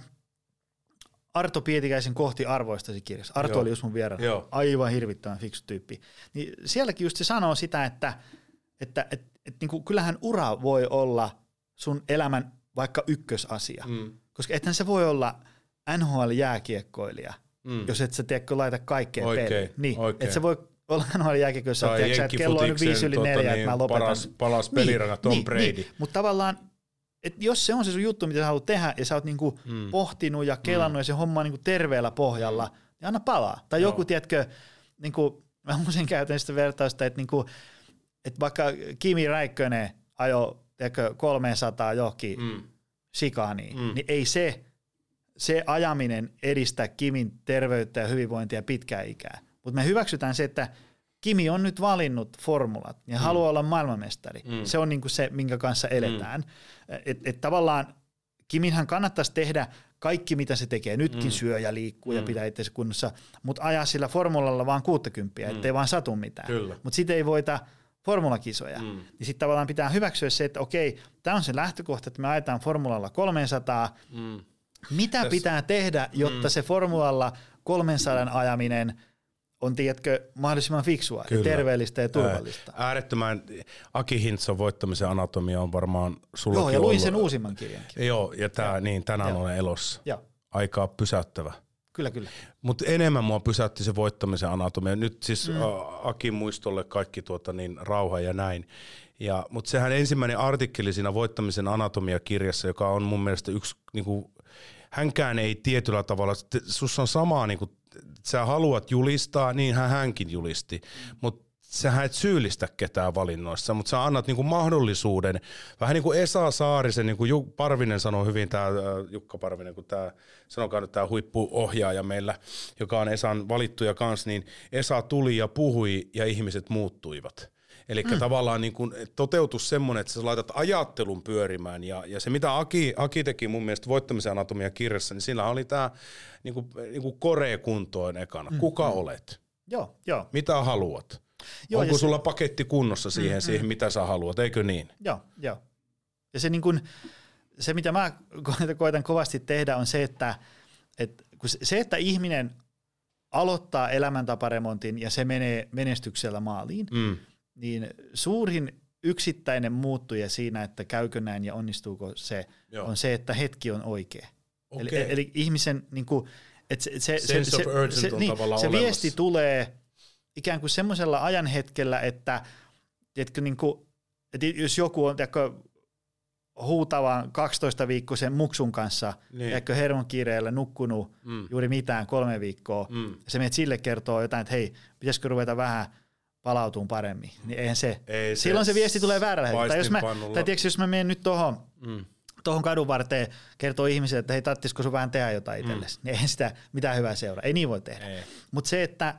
Arto Pietikäisen Kohti arvoistasi kirjassa. Arto joo. oli just mun vieraana, aivan hirvittävän fiksu tyyppi. Niin sielläkin just se sanoo sitä, että, että et, et, niinku, kyllähän ura voi olla sun elämän vaikka ykkösasia. Mm. Koska ethän se voi olla N H L-jääkiekkoilija, mm. jos et sä tiedätkö laita kaikkeen oikein, peliin. Niin, oikein. Et sä voi olla N H L-jääkiekkoilija, jos sä tiedätkö, että kello on nyt viisi yli neljä, tota, että mä lopetan. Paras, paras pelirana Tom niin, Brady. Niin, mutta tavallaan, että jos se on se sun juttu, mitä sä haluat tehdä, ja sä oot niinku mm. pohtinut ja kelannut, mm. ja se homma on niinku terveellä pohjalla, niin anna palaa. Tai Joo. joku, tiedätkö, niinku, mä usein käytän sitä vertausta, että niinku, et vaikka Kimi Räikkönen ajoi tiedätkö, kolmesataa johonkin mm. Chicaniin, mm. niin ei se, se ajaminen edistä Kimin terveyttä ja hyvinvointia pitkään ikää. Mutta me hyväksytään se, että Kimi on nyt valinnut formulat ja mm. haluaa olla maailmanmestari. Mm. Se on niinku se, minkä kanssa eletään. Mm. Että et tavallaan Kiminhän kannattaisi tehdä kaikki, mitä se tekee. Nytkin mm. syö ja liikkuu mm. ja pitää itse kunnossa, mutta ajaa sillä formulalla vaan kuuttakymppiä, mm. ettei vaan satu mitään. Mutta sitten ei voita formulakisoja. Mm. Niin sitten tavallaan pitää hyväksyä se, että okei, tämä on se lähtökohta, että me ajetaan formulalla kolmesataa. Mm. Mitä Täs, pitää tehdä, jotta mm. se formulalla kolmesadan ajaminen on, tiedätkö, mahdollisimman fiksua, ja terveellistä ja turvallista. Äärettömän Aki Hintson voittamisen anatomia on varmaan sullakin Joo, ja luin ollut. sen uusimman kirjankin. Joo, ja tää, niin, tänään olen elossa. Joo. Aikaa pysäyttävä. Kyllä, kyllä. Mutta enemmän mua pysäytti se voittamisen anatomia. Nyt siis mm. Akin muistolle kaikki tuota niin, rauha ja näin. Ja, mutta sehän ensimmäinen artikkeli siinä voittamisen anatomia-kirjassa, joka on mun mielestä yksi, niinku, hänkään ei tietyllä tavalla, sussa on samaa, niinku, sä haluat julistaa, niin hän hänkin julisti, mutta sähän et syyllistä ketään valinnoissa, mutta sä annat niinku mahdollisuuden, vähän niin kuin Esa Saarisen, niin kuin Juk Parvinen sanoi hyvin, tää, Jukka Parvinen, kun tämä, sanokaa nyt tämä huippuohjaaja meillä, joka on Esan valittuja kanssa, niin Esa tuli ja puhui ja ihmiset muuttuivat. Eli mm. tavallaan niin kun toteutus semmoinen, että sä laitat ajattelun pyörimään ja, ja se mitä Aki, Aki teki mun mielestä Voittamisen anatomia kirjassa, niin sillä oli tämä niin kuin, niin kuin korea kuntoon ekana. Mm. Kuka mm. olet? Joo, joo. Mitä haluat? Joo, onko sulla se paketti kunnossa siihen, mm, siihen, mitä sä haluat, eikö niin? Joo, joo. Ja se, niin kun, se mitä mä koitan kovasti tehdä on se, että, että, kun se, että ihminen aloittaa elämäntaparemontin ja se menee menestyksellä maaliin, mm. niin suurin yksittäinen muuttuja siinä, että käykö näin ja onnistuuko se, Joo. on se, että hetki on oikea. Okay. Eli, eli ihmisen niin kuin, että se, se, Sense se, of urgent se, on niin, tavallaan se olemassa. viesti tulee ikään kuin semmoisella ajanhetkellä, että, että, niin kuin, että jos joku on tiedätkö, huutavan kaksitoista-viikkoisen muksun kanssa, niin. hermonkiireellä nukkunut mm. juuri mitään kolme viikkoa, mm. ja se menet sille kertoo jotain, että hei, pitäisikö ruveta vähän palautumaan paremmin, niin eihän se. Ei silloin se, se viesti tulee väärällä hetkellä. Tai jos mä, tai tiedätkö, jos mä menen nyt tohon, mm. tohon kadun varteen, kertoo ihmisille, että hei, tattisiko sun vähän tehdä jotain itsellesi, mm. niin eihän sitä mitään hyvää seuraa. Ei niin voi tehdä. Mutta se, että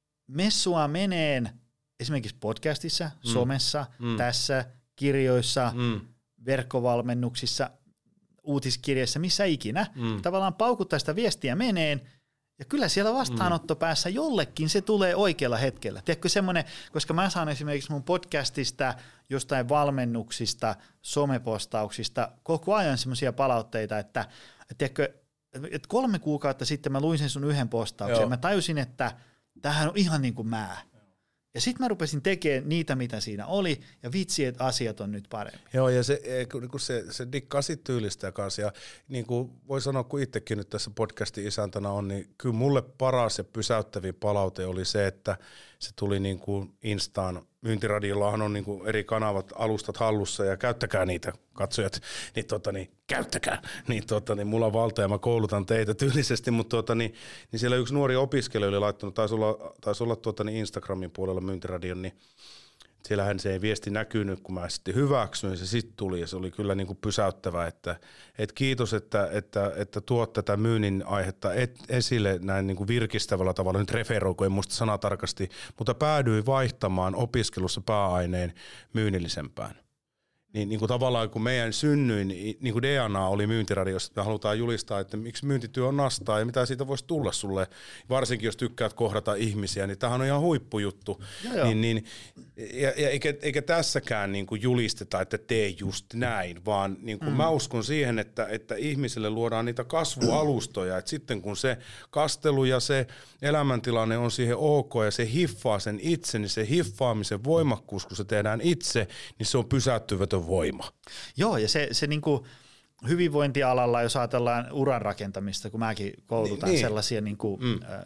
messua meneen esimerkiksi podcastissa, mm. somessa, mm. tässä, kirjoissa, mm. verkkovalmennuksissa, uutiskirjassa, missä ikinä, mm. tavallaan paukuttaa sitä viestiä meneen, ja kyllä siellä vastaanottopäässä jollekin se tulee oikealla hetkellä. Tiedätkö semmoinen, koska mä saan esimerkiksi mun podcastista, jostain valmennuksista, somepostauksista koko ajan semmoisia palautteita, että tiedätkö, että kolme kuukautta sitten mä luin sen sun yhden postauksen, ja mä tajusin, että tämähän on ihan niin kuin mä. Ja sitten mä rupesin tekemään niitä, mitä siinä oli, ja vitsi, että asiat on nyt paremmin. Joo, ja se, kun se, se dikkasi tyylistä kanssa, ja niin kuin voi sanoa, kun itsekin nyt tässä podcastin isäntänä on, niin kyllä mulle paras ja pysäyttävin palaute oli se, että se tuli niin kuin Instaan. Myyntiradiolahan on niin kuin eri kanavat, alustat hallussa, ja käyttäkää niitä, katsojat, niin, tota, niin käyttäkää, niin, tota, niin mulla on valta ja mä koulutan teitä tyylisesti, mutta tota, niin, niin siellä yksi nuori opiskelija oli laittanut, taisi olla, taisi olla tota, niin Instagramin puolella Myyntiradion, niin siellähän se ei viesti näkynyt, kun mä sitten hyväksyin, se sitten tuli, ja se oli kyllä niin kuin pysäyttävä, että, että kiitos, että, että, että tuot tätä myynnin aihetta et, esille näin niin kuin virkistävällä tavalla, nyt referoi, kun en muista sanaa tarkasti, mutta päädyin vaihtamaan opiskelussa pääaineen myynnillisempään. Niin, niin kuin tavallaan kun meidän synnyin, niin kuin D N A oli Myyntiradiossa, että me halutaan julistaa, että miksi myyntityö on nastaa ja mitä siitä voisi tulla sulle, varsinkin jos tykkäät kohdata ihmisiä, niin tämähän on ihan huippujuttu. Joo, niin, niin, ja, ja eikä, eikä tässäkään niin kuin julisteta, että tee just näin, vaan niin kuin mm. mä uskon siihen, että, että ihmisille luodaan niitä kasvualustoja, että sitten kun se kastelu ja se elämäntilanne on siihen ok ja se hiffaa sen itse, niin se hiffaamisen voimakkuus, kun se tehdään itse, niin se on pysäyttyvätön voima. Joo, ja se, se niinku hyvinvointialalla, jos ajatellaan uran rakentamista, kun mäkin koulutan niin, sellaisia niinku, mm. äh,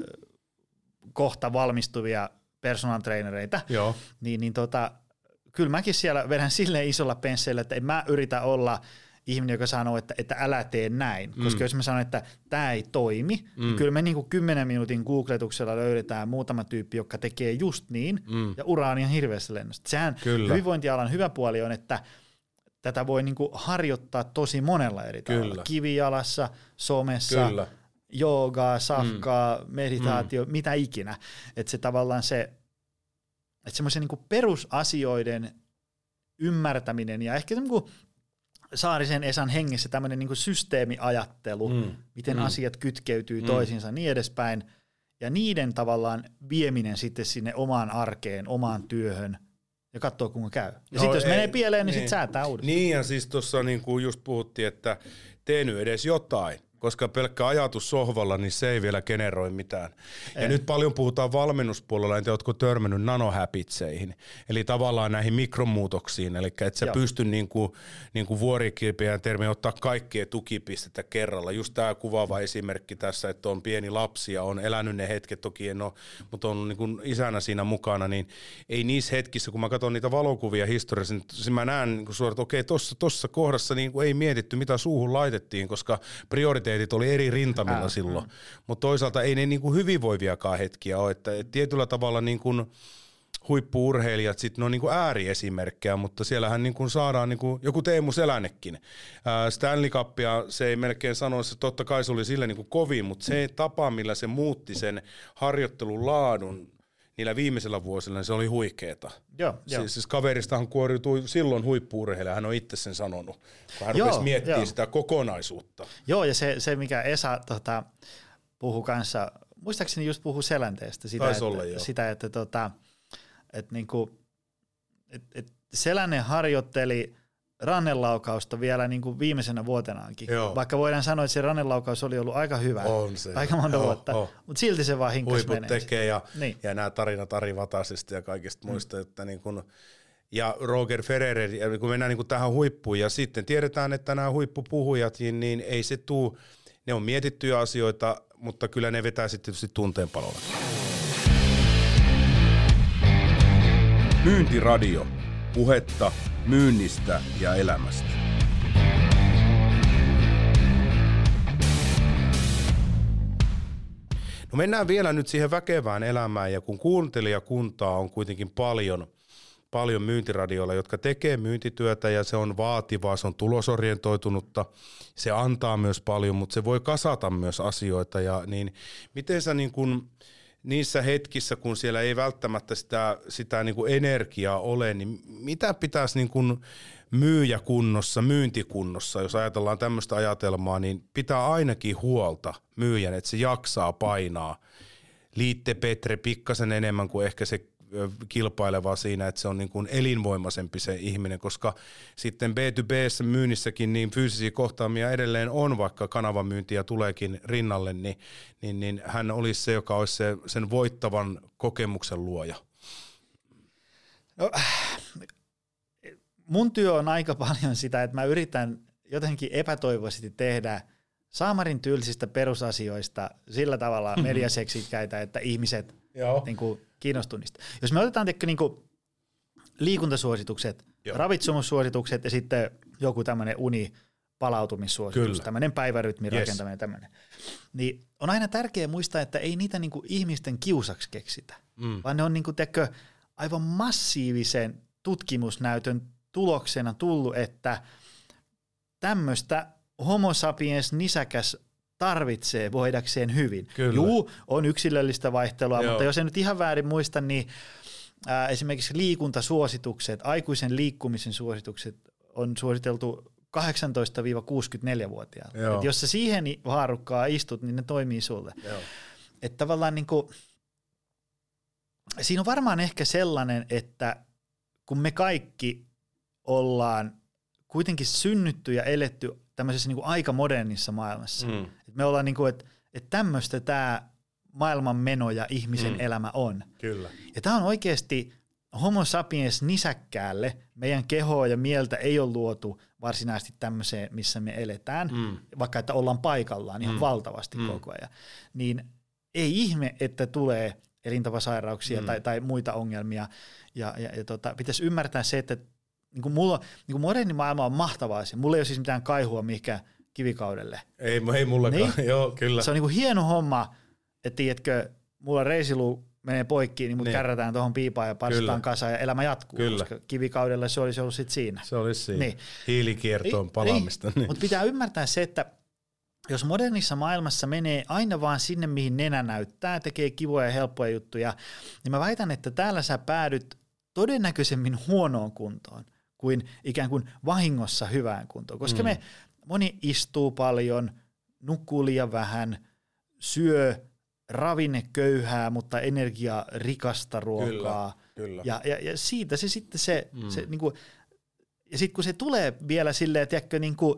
kohta valmistuvia personal trainereita, Joo. niin, niin tota, kyllä mäkin siellä vedän silleen isolla pensseillä, että en mä yritä olla ihminen, joka sanoo, että, että älä tee näin, mm. koska jos mä sanon, että tämä ei toimi, mm. niin kyllä me niinku kymmenen minuutin googletuksella löydetään muutama tyyppi, joka tekee just niin, mm. ja ura on ihan hirveässä lennosta. Sehän kyllä. hyvinvointialan hyvä puoli on, että tätä voi niinku harjoittaa tosi monella eri tavalla. Kivijalassa, somessa, kyllä. joogaa, safkaa, mm. meditaatio, mm. mitä ikinä. Että se tavallaan se, että semmoisen niinku perusasioiden ymmärtäminen ja ehkä niinku Saarisen Esan hengessä tämmöinen niinku systeemiajattelu, mm. miten mm. asiat kytkeytyy mm. toisiinsa niin edespäin, ja niiden tavallaan vieminen sitten sinne omaan arkeen, omaan työhön, ja katsoo kuinka käy. Ja no sitten jos ei, menee pieleen, niin, niin sitten säätää uudestaan. Niin, ja siis tuossa niin kuin just puhuttiin, että tee nyt edes jotain, koska pelkkä ajatus sohvalla, niin se ei vielä generoi mitään. Ja ei. Nyt paljon puhutaan valmennuspuolella, että oletko törmännyt nanohäpitseihin, eli tavallaan näihin mikromuutoksiin, eli että sä pysty niin kuin, niin kuin vuorikilpeän termi ottaa kaikkia tukipistettä kerralla. Just tämä kuvaava esimerkki tässä, että on pieni lapsi ja on elänyt ne hetket, toki en ole, mutta on niin kuin isänä siinä mukana, niin ei niissä hetkissä, kun mä katson niitä valokuvia historiassa, niin mä näen niin suoraan, että okei, tuossa, tuossa kohdassa niin kuin ei mietitty, mitä suuhun laitettiin, koska prioriteetit oli eri rintamilla äh, silloin, mm. mutta toisaalta ei ne niinku hyvinvoiviakaan hetkiä ole, että et tietyllä tavalla niinku, huippu-urheilijat, sit ne on niinku ääriesimerkkejä, mutta siellähän niinku saadaan niinku, joku Teemu Selännekin. Ää, Stanley Cupia, se ei melkein sano, että totta kai se oli sille niinku kovin, mutta se tapa, millä se muutti sen harjoittelun laadun niillä viimeisellä vuosilla, niin se oli huikeeta. Joo, siis, jo. siis kaveristahan kuoriutui silloin huippu-urheilija, hän on itse sen sanonut, kun hän Joo, rupesi miettimään jo. sitä kokonaisuutta. Joo, ja se, se mikä Esa tota, puhui kanssa, muistaakseni just puhui Selänteestä, sitä, että, olla, joo. sitä, että, tota, että niinku, et, et Selänne harjoitteli rannelaukausta vielä niinku viimeisenä vuotenaankin. Joo. Vaikka voidaan sanoa, että se rannelaukaus oli ollut aika hyvä, On se. aika monta oh, vuotta, oh. mutta silti se vaan hinkas Huiput menee. tekee ja, niin. ja nämä tarinat Ari Vatasista ja kaikista mm. muista, että niin kun, ja Roger Federer, ja kun mennään niin kun tähän huippuun ja sitten tiedetään, että nämä huippupuhujat, niin, niin ei se tuu, ne on mietittyjä asioita, mutta kyllä ne vetää sitten tietysti tunteenpalolla. Myyntiradio. Puhetta myynnistä ja elämästä. No mennään vielä nyt siihen väkevään elämään, ja kun kuuntelijakuntaa on kuitenkin paljon, paljon myyntiradioilla, jotka tekee myyntityötä, ja se on vaativaa, se on tulosorientoitunutta, se antaa myös paljon, mutta se voi kasata myös asioita, ja niin miten sä niin kun niissä hetkissä, kun siellä ei välttämättä sitä, sitä niin kuin energiaa ole, niin mitä pitäisi niin kuin myyjäkunnossa, myyntikunnossa, jos ajatellaan tämmöistä ajatelmaa, niin pitää ainakin huolta myyjän, että se jaksaa painaa. Liitte Petre pikkasen enemmän kuin ehkä se kilpaileva siinä, että se on niin kuin elinvoimaisempi se ihminen, koska sitten B to B:ssä myynnissäkin niin fyysisiä kohtaamia edelleen on, vaikka kanavamyyntiä tuleekin rinnalle, niin, niin, niin hän olisi se, joka olisi se, sen voittavan kokemuksen luoja. No, mun työ on aika paljon sitä, että mä yritän jotenkin epätoivoisesti tehdä saamarin tylsistä perusasioista sillä tavalla mediaseksikkäitä, että ihmiset niin kuin kiinnostuu niistä. Jos me otetaan teikö, niin kuin liikuntasuositukset, Joo. ravitsemussuositukset ja sitten joku tämmöinen unipalautumissuositus, tämmöinen päivärytmin yes. rakentaminen tämmöinen, niin on aina tärkeää muistaa, että ei niitä niin kuin ihmisten kiusaksi keksitä, mm. vaan ne on niin kuin, teikö, aivan massiivisen tutkimusnäytön tuloksena tullut, että tämmöistä homo sapiens nisäkäs tarvitsee voidakseen hyvin. Kyllä. Juu, on yksilöllistä vaihtelua, Joo. mutta jos en nyt ihan väärin muista, niin ää, esimerkiksi liikuntasuositukset, aikuisen liikkumisen suositukset on suositeltu kahdeksantoista kuusikymmentäneljä-vuotiaille. Et jos sä siihen haarukkaan istut, niin ne toimii sulle. Että tavallaan niin kuin, siinä on varmaan ehkä sellainen, että kun me kaikki ollaan kuitenkin synnytty ja eletty tämmöisessä niin kuin aika modernissa maailmassa. Mm. Et me ollaan niin kuin, että et tämmöistä tämä maailman meno ja ihmisen mm. elämä on. Kyllä. Ja tämä on oikeasti homo sapiens nisäkkäälle, meidän kehoa ja mieltä ei ole luotu varsinaisesti tämmöiseen, missä me eletään, mm. vaikka että ollaan paikallaan ihan mm. valtavasti mm. koko ajan. Niin ei ihme, että tulee elintapasairauksia mm. tai, tai muita ongelmia. Ja, ja, ja tota, pitäisi ymmärtää se, että niin kuin mulla, niin kuin moderni maailma on mahtava asia. Mulla ei ole siis mitään kaihua mihinkään kivikaudelle. Ei, ei mullakaan, niin? Joo, kyllä. Se on niin kuin hieno homma, että tiedätkö, mulla reisiluu menee poikki, niin mut niin. kärrätään tuohon piipaan ja parsitaan kasaan ja elämä jatkuu. Kyllä. Koska kivikaudella se olisi ollut sitten siinä. Se olisi siinä. Niin. Hiilikiertoon palaamista. Niin. Niin. Mutta pitää ymmärtää se, että jos modernissa maailmassa menee aina vaan sinne, mihin nenä näyttää, tekee kivoja ja helppoja juttuja, niin mä väitän, että täällä sä päädyt todennäköisemmin huonoon kuntoon kuin ikään kuin vahingossa hyvään kuntoon. Koska mm. me moni istuu paljon, nukkuu liian vähän, syö ravinneköyhää, mutta energiarikasta ruokaa. Kyllä, kyllä. Ja, ja, ja siitä se sitten se, mm. se niin kuin, ja sitten kun se tulee vielä silleen, tiedätkö, niin kuin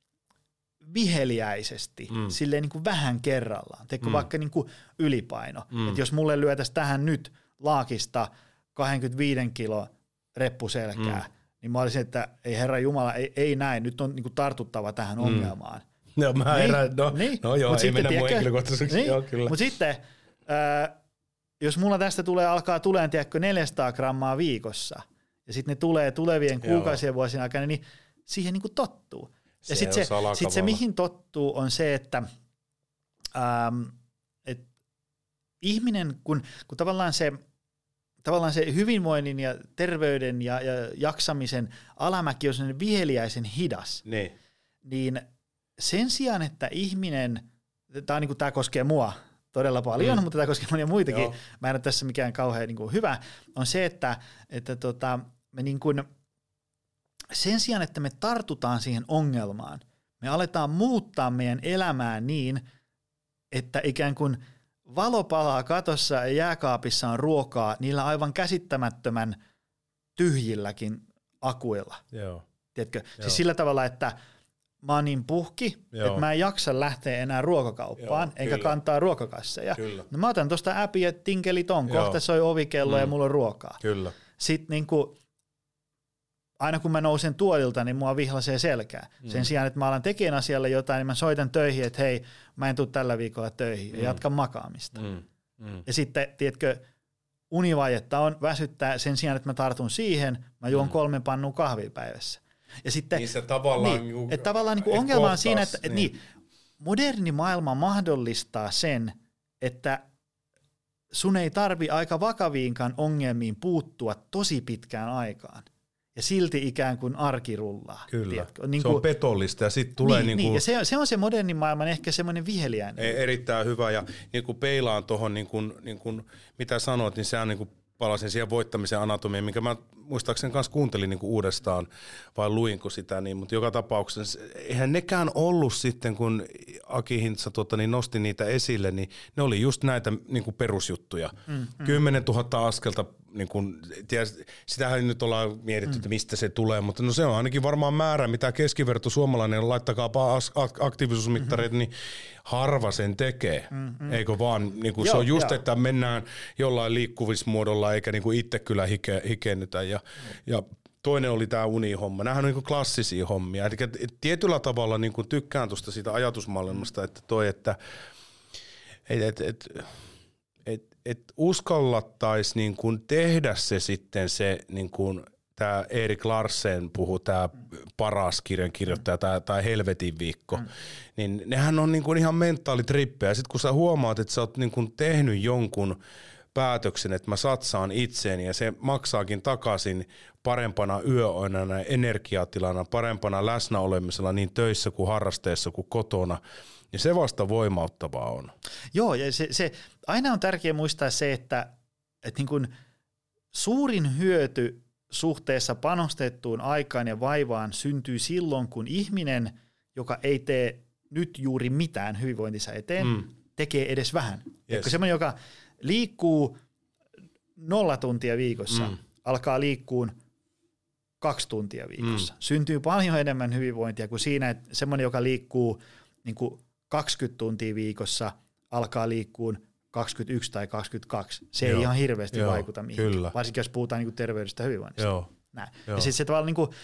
viheliäisesti, mm. silleen niin kuin vähän kerrallaan, tiedätkö, mm. vaikka niin kuin ylipaino. Mm. Että jos mulle lyötäisiin tähän nyt laakista kaksikymmentäviisi kilo reppuselkää, mm. niin mä olisin, että ei herra Jumala, ei, ei näin, nyt on niin kuin tartuttava tähän mm. ongelmaan. No mä niin, erään, no, niin. no joo, Mut ei mennä mun henkilökohtaiseksi, niin. joo kyllä. Mutta sitten, äh, jos mulla tästä tulee, alkaa tulemaan, tiedätkö, neljäsataa grammaa viikossa, ja sitten ne tulee tulevien kuukausien ja vuosien aikana, niin siihen niin kuin tottuu. Se ja sitten se, sit se, mihin tottuu, on se, että ähm, et ihminen, kun, kun tavallaan se tavallaan se hyvinvoinnin ja terveyden ja, ja jaksamisen alamäki on sellainen viheliäisen hidas. Niin. Niin sen sijaan, että ihminen, tämä, niin kuin, tämä koskee mua todella paljon, mm. mutta tämä koskee monia muitakin, Joo. mä en ole tässä mikään kauhean niin kuin, hyvä, on se, että, että tota, me niin kuin, sen sijaan, että me tartutaan siihen ongelmaan, me aletaan muuttaa meidän elämää niin, että ikään kuin valo palaa katossa ja jääkaapissa on ruokaa niillä aivan käsittämättömän tyhjilläkin akuilla. Joo. Tiedätkö? Joo. Siis sillä tavalla, että mä oon niin puhki, Joo. että mä en jaksa lähteä enää ruokakauppaan, Joo, enkä kyllä. kantaa ruokakasseja. Kyllä. No mä otan tuosta äpiä, että tinkelit on, Joo. kohta soi ovikello mm. ja mulla on ruokaa. Kyllä. Sitten niin kuin, aina kun mä nousen tuolilta, niin mua vihlasee selkää. Mm. Sen sijaan, että mä alan tekemään asialle jotain, niin mä soitan töihin, että hei, mä en tule tällä viikolla töihin mm. ja jatkan makaamista. Mm. Mm. Ja sitten, tiedätkö, univajetta on väsyttää sen sijaan, että mä tartun siihen, mä juon mm. kolmen pannun kahvia päivässä. Ja sitten, niin se tavallaan, niin, niin, että tavallaan niin ongelma on siinä, että niin. Että niin, moderni maailma mahdollistaa sen, että sun ei tarvi aika vakaviinkaan ongelmiin puuttua tosi pitkään aikaan. Ja silti ikään kuin arki rullaa. Kyllä, niin se kuin, on petollista ja sitten tulee niin, niin, niin kuin, ja se, se on se modernin maailman ehkä semmoinen viheliäinen. Erittäin hyvä ja niin kuin peilaan tuohon, niin kuin, niin kuin, mitä sanoit, niin sehän niin kuin palasin siihen voittamisen anatomiaan, minkä mä muistaakseni kanssa kuuntelin niin kuin uudestaan, vai luinko sitä, niin, mutta joka tapauksessa eihän nekään ollut sitten, kun Aki Hintsa tota, niin nosti niitä esille, niin ne oli just näitä niin kuin perusjuttuja. Kymmenen tuhatta askelta, niin kuin, tiedä, sitähän nyt ollaan mietitty, mm. että mistä se tulee, mutta no se on ainakin varmaan määrä, mitä keskiverto suomalainen, laittakaapa aktiivisuusmittareita, mm-hmm. niin harva sen tekee, mm-hmm. eikö vaan, niin kuin Joo, se on just, jo. että mennään jollain liikkuvismuodolla, eikä niin kuin itse kyllä hike, hikennytä, ja, mm. ja toinen oli tämä unihomma. Nämähän on niin kuin klassisia hommia, eli tietyllä tavalla niin kuin tykkään tuosta siitä ajatusmaailmasta, että toi, että et, et, et, et, et uskallattaisiin niin kuin tehdä se sitten se, niin kuin tämä Erik Larsen puhuu, tämä paras kirjan kirjoittaja, tämä, tämä Helvetin viikko, mm. niin nehän on niin kuin ihan mentaalitrippejä. Sitten kun sä huomaat, että sä oot niin kuin tehnyt jonkun päätöksen, että mä satsaan itseeni ja se maksaakin takaisin parempana yöoinana, energiatilana, parempana läsnäolemisella niin töissä kuin harrasteessa kuin kotona, niin se vasta voimauttavaa on. Joo, ja se, se aina on tärkeää muistaa se, että, että niin kuin suurin hyöty suhteessa panostettuun aikaan ja vaivaan syntyy silloin, kun ihminen, joka ei tee nyt juuri mitään hyvinvointinsa eteen, mm. tekee edes vähän. Yes. Semmoinen, joka liikkuu nolla tuntia viikossa, mm. alkaa liikkuun kaksi tuntia viikossa. Mm. Syntyy paljon enemmän hyvinvointia kuin siinä, että semmoinen, joka liikkuu niin kuin kaksikymmentä tuntia viikossa, alkaa liikkuun kaksikymmentäyksi tai kaksikymmentäkaksi. Se Joo. ei ihan hirveästi Joo, vaikuta mihinkään, kyllä. varsinkin jos puhutaan niin kuin terveydestä ja hyvinvoinnista. Joo. Näin. Joo. Ja sitten se tavallaan, niin kuin,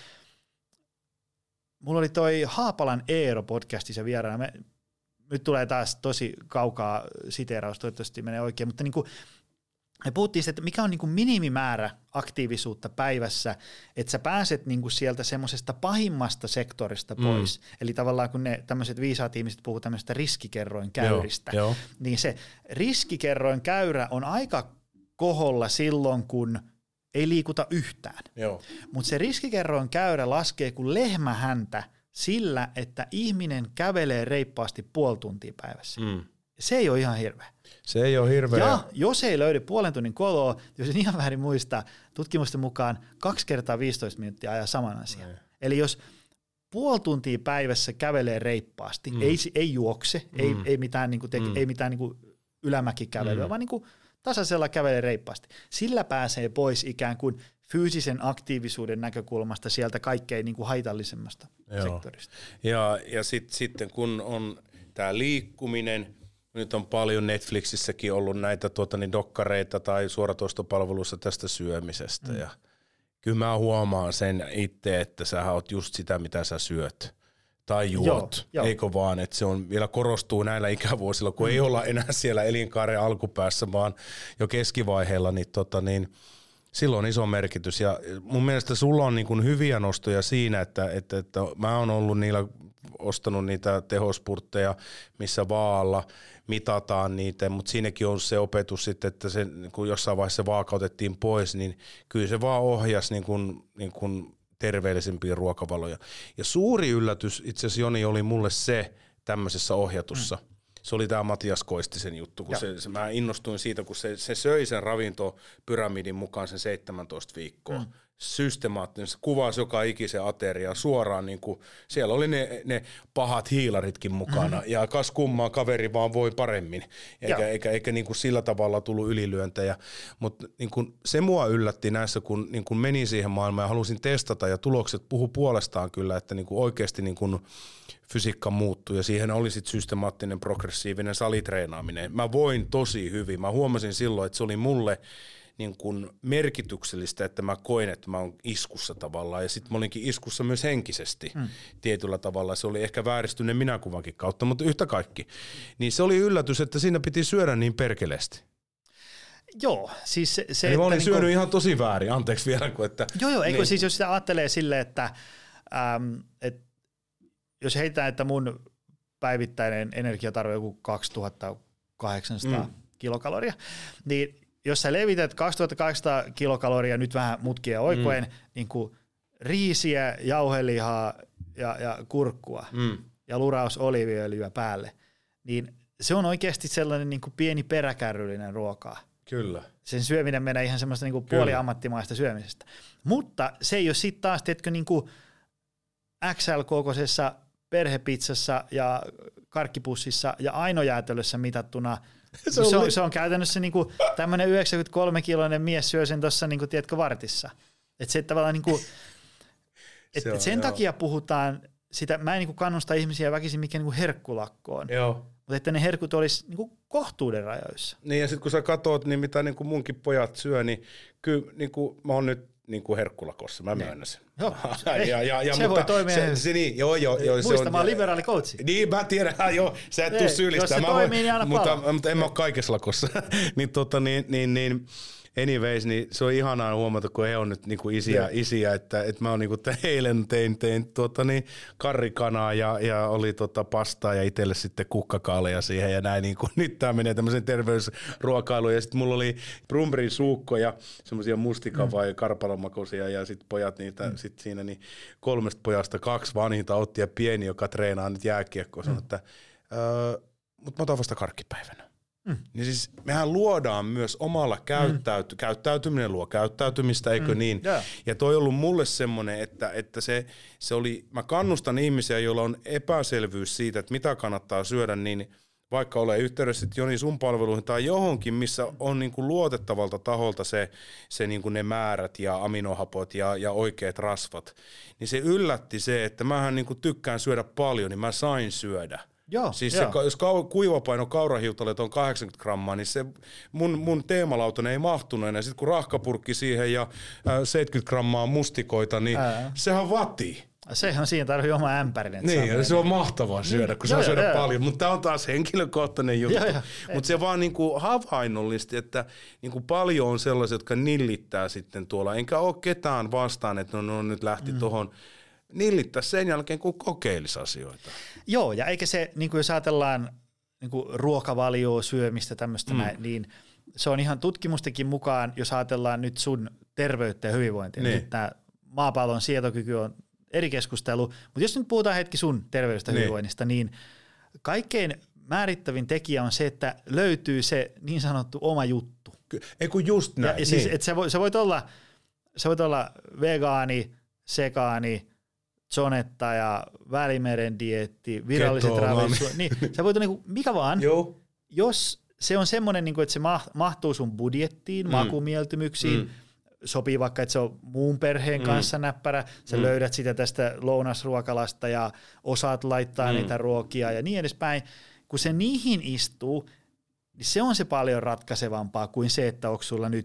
mulla oli toi Haapalan Eero podcastissa vieraana, me, nyt tulee taas tosi kaukaa siteeraus, toivottavasti menee oikein, mutta niin kuin, me puhuttiin siitä, että mikä on niin kuin minimimäärä aktiivisuutta päivässä, että sä pääset niin kuin sieltä semmoisesta pahimmasta sektorista pois. Mm. Eli tavallaan kun ne tämmöiset viisaat ihmiset puhuu tämmöisestä riskikerroin käyristä, Joo, jo. niin se riskikerroin käyrä on aika koholla silloin, kun ei liikuta yhtään. Mutta se riskikerroin käyrä laskee kuin lehmähäntä sillä, että ihminen kävelee reippaasti puoli tuntia päivässä. Mm. Se ei ole ihan hirveä. Se ei ole hirveä. Ja jos ei löydy puolen tunnin koloa, jos en ihan väärin muista, tutkimusten mukaan kaksi kertaa viisitoista minuuttia ajaa saman asian. Ei. Eli jos puoli tuntia päivässä kävelee reippaasti, mm. ei, ei juokse, mm. ei, ei mitään, niinku teke, mm. ei mitään niinku ylämäkikävelyä, mm. vaan niinku tasaisella kävelee reippaasti. Sillä pääsee pois ikään kuin fyysisen aktiivisuuden näkökulmasta sieltä kaikkein niinku haitallisemmasta Joo. sektorista. Ja, ja sit, sitten kun on tämä liikkuminen, nyt on paljon Netflixissäkin ollut näitä tuota, niin dokkareita tai suoratoistopalveluissa tästä syömisestä. Mm. Ja kyllä mä huomaan sen itse, että sä oot just sitä, mitä sä syöt tai juot. Joo, jo. Eikö vaan, että se on vielä korostuu näillä ikävuosilla, kun mm. ei olla enää siellä elinkaaren alkupäässä, vaan jo keskivaiheella, niin, tota, niin silloin on iso merkitys. Ja mun mielestä sulla on niin kuin hyviä nostoja siinä, että, että, että mä oon ollut niillä ostanut niitä tehospurtteja, missä vaalla mitataan niitä, mutta siinäkin on se opetus sitten, että se, kun jossain vaiheessa vaaka otettiin pois, niin kyllä se vaan ohjasi niin kuin, niin kuin terveellisempiä ruokavaloja. Ja suuri yllätys itse asiassa, Joni, oli mulle se tämmöisessä ohjatussa. Mm. Se oli tämä Matias Koistisen juttu, kun se, se, mä innostuin siitä, kun se, se söi sen ravintopyramidin mukaan sen seitsemäntoista viikkoa. Mm. Systemaattinen, se kuvasi joka ikisen ateriaa suoraan, niin kuin, siellä oli ne, ne pahat hiilaritkin mukana, mm-hmm. ja kas kummaa kaveri vaan voi paremmin, eikä, eikä, eikä niin kuin sillä tavalla tullut ylilyöntejä, mutta niin kuin se mua yllätti näissä, kun niin kuin menin siihen maailmaan ja halusin testata, ja tulokset puhu puolestaan kyllä, että niin kuin oikeasti niin kuin fysiikka muuttui, ja siihen oli sitten systemaattinen progressiivinen salitreenaaminen. Mä voin tosi hyvin, mä huomasin silloin, että se oli mulle niin kuin merkityksellistä, että mä koin, että mä oon iskussa tavallaan, ja sitten mä olinkin iskussa myös henkisesti mm. tietyllä tavalla. Se oli ehkä vääristyneen minäkuvankin kautta, mutta yhtä kaikki. Niin se oli yllätys, että siinä piti syödä niin perkeleesti. Joo, siis se... se Eli mä olin niin syönyt kun... ihan tosi väärin, anteeksi vielä. Kun, että, joo, joo, eikö niin. siis jos sitä ajattelee silleen, että, äm, että jos heitetään, että mun päivittäinen energiatarve on joku kaksituhattakahdeksansataa mm. kilokaloria, niin jos sä levität kaksituhattakahdeksansataa kilokaloria nyt vähän mutkia oikoen, mm. niin kuin riisiä, jauhelihaa ja, ja kurkkua mm. ja luraus oliiviöljyä päälle, niin se on oikeasti sellainen niin kuin pieni peräkärryllinen ruokaa. Kyllä. Sen syöminen menee ihan semmoista niin kuin puoliammattimaista syömisestä. Mutta se ei ole sitten taas, teetkö, niin kuin X L-kokoisessa perhepizzassa ja karkkipussissa ja ainojäätelössä mitattuna. Se on, se on, se on käytännössä niinku tämmöinen yhdeksänkymmentäkolme kiloinen mies syö sen tuossa niinku, tiedätkö, vartissa. Et se, tavallaan niinku, et, se on, et sen joo. takia puhutaan sitä, mä en niinku kannusta ihmisiä väkisin mikään niinku herkkulakkoon, mutta että ne herkut olisi niinku kohtuuden rajoissa. Niin ja sitten kun sä katsot, niin mitä niinku munkin pojat syö, niin kyllä niinku, mä oon nyt niinku herkkulakossa, mä myönnän sen. Joo, se, ja, ja, ja, se mutta voi toimia. Se, se, niin, joo, joo, joo, muista, se on, mä oon liberaali coachi. Niin, mä tiedän, joo, sä et tuu syyllistää. Jos se toimii, niin aina mutta, palaa. mutta en mä ole kaikessa lakossa. niin, tota, niin, niin, niin, anyways, niin se on ihanaa huomata, kun he on nyt niinku isiä, yeah. isiä, että, että mä oon niinku, eilen tein, tein tuota, niin, karrikanaa ja, ja oli tota, pastaa ja itselle sitten kukkakaaleja siihen ja näin. Niinku, nyt tää menee tämmöisen terveysruokailuun ja sitten mulla oli Brumberin suukkoja, semmoisia mustikan mm. vai karpalomakoisia ja sitten pojat niitä mm. sit siinä, niin kolmesta pojasta kaksi vanhinta otti ja pieni, joka treenaa nyt jääkiekkoa, sanoi, mm. että öö, mutta mä otan vasta karkkipäivänä. Mm. Niin siis mehän luodaan myös omalla käyttäyty- mm. käyttäytyminen luo käyttäytymistä, eikö mm. niin? Yeah. Ja toi on ollut mulle semmoinen, että, että se, se oli, mä kannustan ihmisiä, joilla on epäselvyys siitä, että mitä kannattaa syödä, niin vaikka ole yhteydessä Joni sun palveluihin tai johonkin, missä on niin kuin luotettavalta taholta se, se niin kuin ne määrät ja aminohapot ja, ja oikeat rasvat, niin se yllätti se, että mähän niin kuin tykkään syödä paljon, niin mä sain syödä. Joo, siis se, jos kuivapaino kaurahiutaleet on kahdeksankymmentä grammaa, niin se mun, mun teemalautanen ei mahtunut enää. Sitten kun rahkapurkki siihen ja ää, seitsemänkymmentä grammaa mustikoita, niin Ää. sehän vatii. Sehän siinä tarvii oma ämpärin. Niin, ja se on mahtavaa syödä, kun saa syödä paljon. Mutta tämä on taas henkilökohtainen juttu. Mutta se vaan niinku havainnollisti, että niinku paljon on sellaisia, jotka nillittää sitten tuolla. Enkä ole ketään vastaan, että no, no nyt lähti mm. tuohon. Nillittää sen jälkeen, kun kokeilisi asioita. Joo, ja eikä se, niin kuin jos ajatellaan niin kuin ruokavalioa, syömistä, tämmöistä, mm. niin se on ihan tutkimustenkin mukaan, jos ajatellaan nyt sun terveyttä ja hyvinvointia, niin, niin tämä maapallon sietokyky on eri keskustelu, mutta jos nyt puhutaan hetki sun terveydestä ja niin. hyvinvoinnista, niin kaikkein määrittävin tekijä on se, että löytyy se niin sanottu oma juttu. Ei kun just näin. Ja, ja siis, niin. että sä, voit, sä, voit olla, sä voit olla vegaani, sekaani, zonettaja, Välimeren dieetti, viralliset ravitsuot, niin sä voit olla niinku mikä vaan, Joo. jos se on semmoinen, niinku, että se mahtuu sun budjettiin, mm. makumieltymyksiin, mm. sopii vaikka, että se on muun perheen mm. kanssa näppärä, sä mm. löydät sitä tästä lounasruokalasta ja osaat laittaa mm. niitä ruokia ja niin edespäin, kun se niihin istuu, niin se on se paljon ratkaisevampaa kuin se, että onko sulla nyt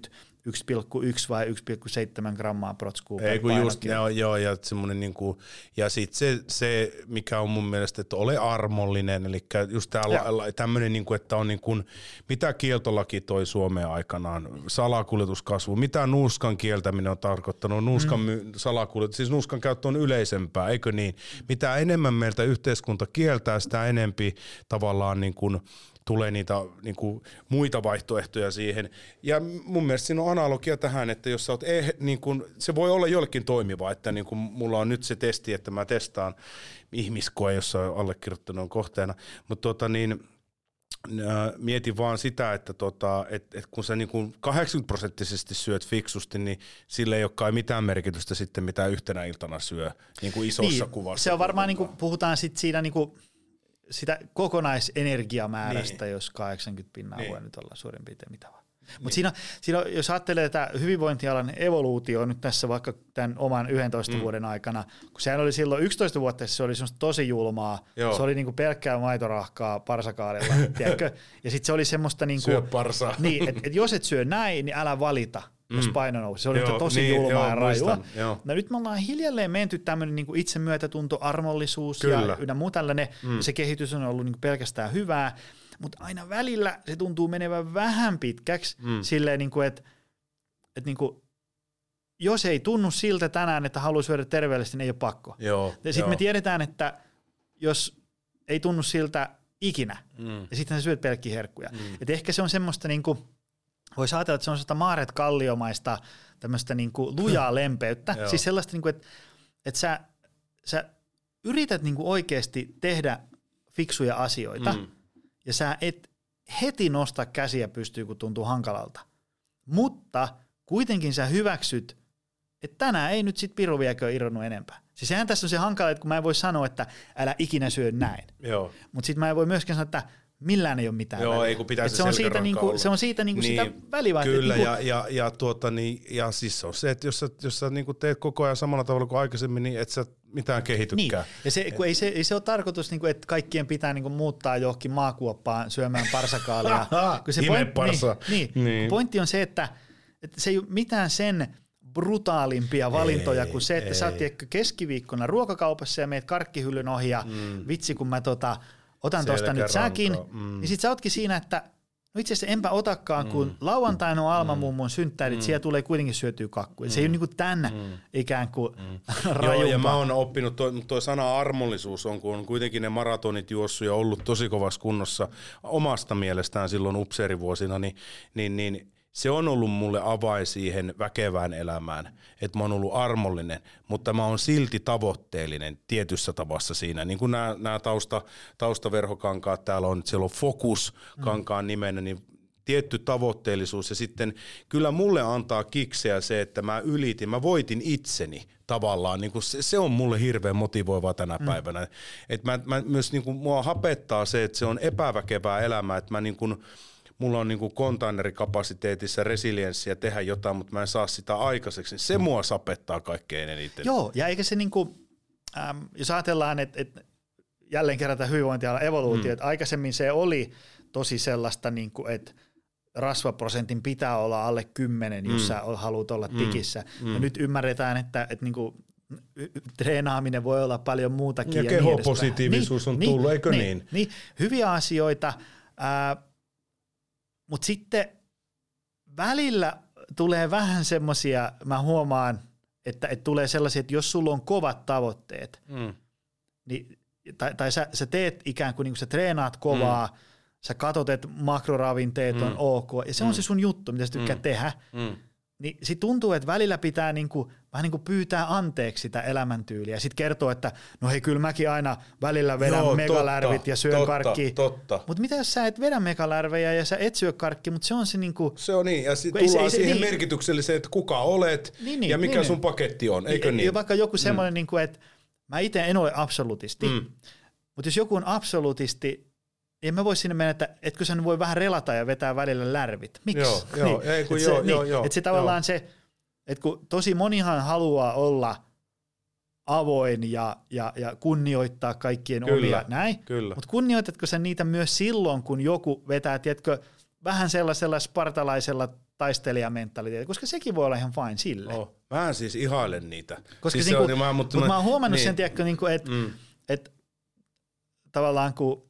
yksi pilkku yksi vai yksi pilkku seitsemän grammaa protskua per Ei kun just ne painokilo. on, joo, ja semmoinen niinku, ja sit se, se, mikä on mun mielestä, että ole armollinen, eli just tää la, tämmönen niinku, että on niinku, mitä kieltolaki toi Suomeen aikanaan, salakuljetuskasvu, mitä nuuskan kieltäminen on tarkoittanut, nuuskan mm. my, salakuljetus, siis nuuskan käyttö on yleisempää, eikö niin? Mitä enemmän meiltä yhteiskunta kieltää, sitä enempi tavallaan niinku tulee niitä niin kuin, muita vaihtoehtoja siihen. Ja mun mielestä siinä on analogia tähän, että jos sä oot, eh, niin kuin, se voi olla jollekin toimiva, että niin kuin, mulla on nyt se testi, että mä testaan ihmiskoe, jossa on allekirjoittanut on kohteena, mutta tota niin, mietin vaan sitä, että tota, et, et kun sä niin kuin kahdeksankymmentä prosenttisesti syöt fiksusti, niin sillä ei ole kai mitään merkitystä sitten, mitä yhtenä iltana syö niin kuin isossa niin, kuvassa. Se on varmaan, niin kuin, puhutaan sit siinä niin kuin sitä kokonaisenergiamäärästä, niin. Jos kahdeksankymmentä pinnaa niin. Voi nyt olla suurin piirtein mitä vaan. Mutta niin. siinä, siinä on, jos ajattelee tätä hyvinvointialan evoluutio nyt tässä vaikka tämän oman yhdentoista mm. vuoden aikana, kun sehän oli silloin yksitoista vuotta, se oli semmoista tosi julmaa, Joo. se oli niinku pelkkää maitorahkaa parsakaarilla, tiedätkö? Ja sitten se oli semmoista niinku, syö parsaa. Niin, että et jos et syö näin, niin älä valita, jos mm. paino nousi. Se oli joo, tosi niin, julmaa joo, ja rajua. Muistan, no nyt me ollaan hiljalleen menty tämmöinen niinku itsemyötätunto, armollisuus Kyllä. ja ynnä muu tällainen. Mm. Se kehitys on ollut niinku pelkästään hyvää, mutta aina välillä se tuntuu menevän vähän pitkäksi mm. silleen, niinku, että et niinku, jos ei tunnu siltä tänään, että haluaa syödä terveellisesti, niin ei ole pakko. Sitten me tiedetään, että jos ei tunnu siltä ikinä, mm. ja sitten sä syöt pelkkiä herkkuja. Mm. Et ehkä se on semmoista, niinku, voisi ajatella, että se on sellaista Maaret Kalliomaista tämmöistä niinku lujaa lempeyttä. Siis sellaista, niinku, että et sä, sä yrität niinku oikeasti tehdä fiksuja asioita, mm. ja sä et heti nosta käsiä pystyy, kun tuntuu hankalalta. Mutta kuitenkin sä hyväksyt, että tänään ei nyt sit piru viekö irronnut enempää. Siis sehän tässä on se hankala, että kun mä en voi sanoa, että älä ikinä syö näin. Mutta sitten mä en voi myöskään sanoa, että millään ei ole mitään Joo, väliä. ei kun pitää se, se on siitä niinku, se on siitä niinku niin, sitä välivaihtoehtoa. Kyllä, niinku, ja, ja, ja, tuota, niin, ja siis on se, että jos sä, jos sä niinku teet koko ajan samalla tavalla kuin aikaisemmin, niin et sä mitään kehitykään. Niin, ja se, kun ei, se, ei se ole tarkoitus, niinku, että kaikkien pitää niinku, muuttaa johonkin maakuoppaan syömään parsakaalia. Himeparsa. Niin, niin, niin. Pointti on se, että, että se ei ole mitään sen brutaalimpia valintoja ei, kuin se, että ei. Sä oot tiedätkö, keskiviikkona ruokakaupassa ja meet karkkihyllyn ohi ja mm. vitsi kun mä tota, otan tuosta nyt säkin, mm. niin sit sä ootkin siinä, että no itse asiassa enpä otakaan, kun mm. lauantaina on Alma mummon synttärit, mm. siellä tulee kuitenkin syötyä kakkuja. Mm. Se ei ole niinku tänne mm. ikään kuin mm. rajumpaa. Joo, ja mä oon oppinut, toi, toi sana armollisuus on, kun on kuitenkin ne maratonit juossut ja ollut tosi kovassa kunnossa omasta mielestään silloin upseerivuosina, niin, niin, niin se on ollut mulle avain siihen väkevään elämään, että mä oon ollut armollinen, mutta mä oon silti tavoitteellinen tietyssä tavassa siinä. Niin kuin nämä, nämä tausta, taustaverhokankaat täällä on, siellä on Focus kankaan nimenä, niin tietty tavoitteellisuus ja sitten kyllä mulle antaa kikseä se, että mä ylitin, mä voitin itseni tavallaan, niin kuin se, se on mulle hirveän motivoivaa tänä mm. päivänä. Et mä, mä myös niin kuin, mua hapettaa se, että se on epäväkevää elämää, että mä niin kuin, mulla on niinku kontainerikapasiteetissa resilienssiä tehdä jotain, mutta mä en saa sitä aikaiseksi. Se mua sapettaa kaikkein eniten. Joo, ja eikä se niinku, ähm, jos ajatellaan, että et jälleen kerran tämä hyvinvointialan evoluutio, mm. että aikaisemmin se oli tosi sellaista, niinku, että rasvaprosentin pitää olla alle kymmenen, jos mm. sä haluat olla tikissä. Mm. Ja nyt ymmärretään, että, että niinku, treenaaminen voi olla paljon muutakin. Ja, ja kehopositiivisuus niin, on tullut, niin, eikö niin? niin? Niin, hyviä asioita. Äh, Mutta sitten välillä tulee vähän semmoisia, mä huomaan, että, että tulee sellaisia, että jos sulla on kovat tavoitteet, mm. niin, tai, tai sä, sä teet ikään kuin, niin kuin sä treenaat kovaa, mm. sä katot, että makroravinteet mm. on ok, ja se on mm. se sun juttu, mitä sä tykkää mm. tehdä, mm. niin sit tuntuu, että välillä pitää niinku, vähän niin kuin pyytää anteeksi sitä elämäntyyliä ja sitten kertoo, että no hei, kyllä mäkin aina välillä vedän Joo, megalärvit totta, ja syön totta, karkkia. Mutta mitä jos sä et vedä megalärvejä ja sä et syö karkkia, mutta se on se niinku... Se on niin, ja sit tullaan se, siihen niin, merkitykselliseen, että kuka olet niin, niin, ja mikä niin, sun paketti on, eikö niin? Ja vaikka joku semmoinen, mm. niinku, että mä itse en ole absolutisti, mm. mutta jos joku on absolutisti, en mä voi sinne mennä, että etkö sä voi vähän relata ja vetää välillä lärvit. Miksi? Joo, joo, niin, ei kun joo, joo, niin, joo, joo. Että se tavallaan joo. se, että kun tosi monihan haluaa olla avoin ja, ja, ja kunnioittaa kaikkien kyllä, omia näin, mutta kunnioitatko sä niitä myös silloin, kun joku vetää, tiedätkö, vähän sellaisella spartalaisella taistelijamentaliteetti, koska sekin voi olla ihan fine sille. Oh, mä en siis ihailen niitä. Koska siis niinku, on, niin mä, mutta mut mä oon huomannut niin. sen, tiedätkö, niinku, että Mm. et, tavallaan kun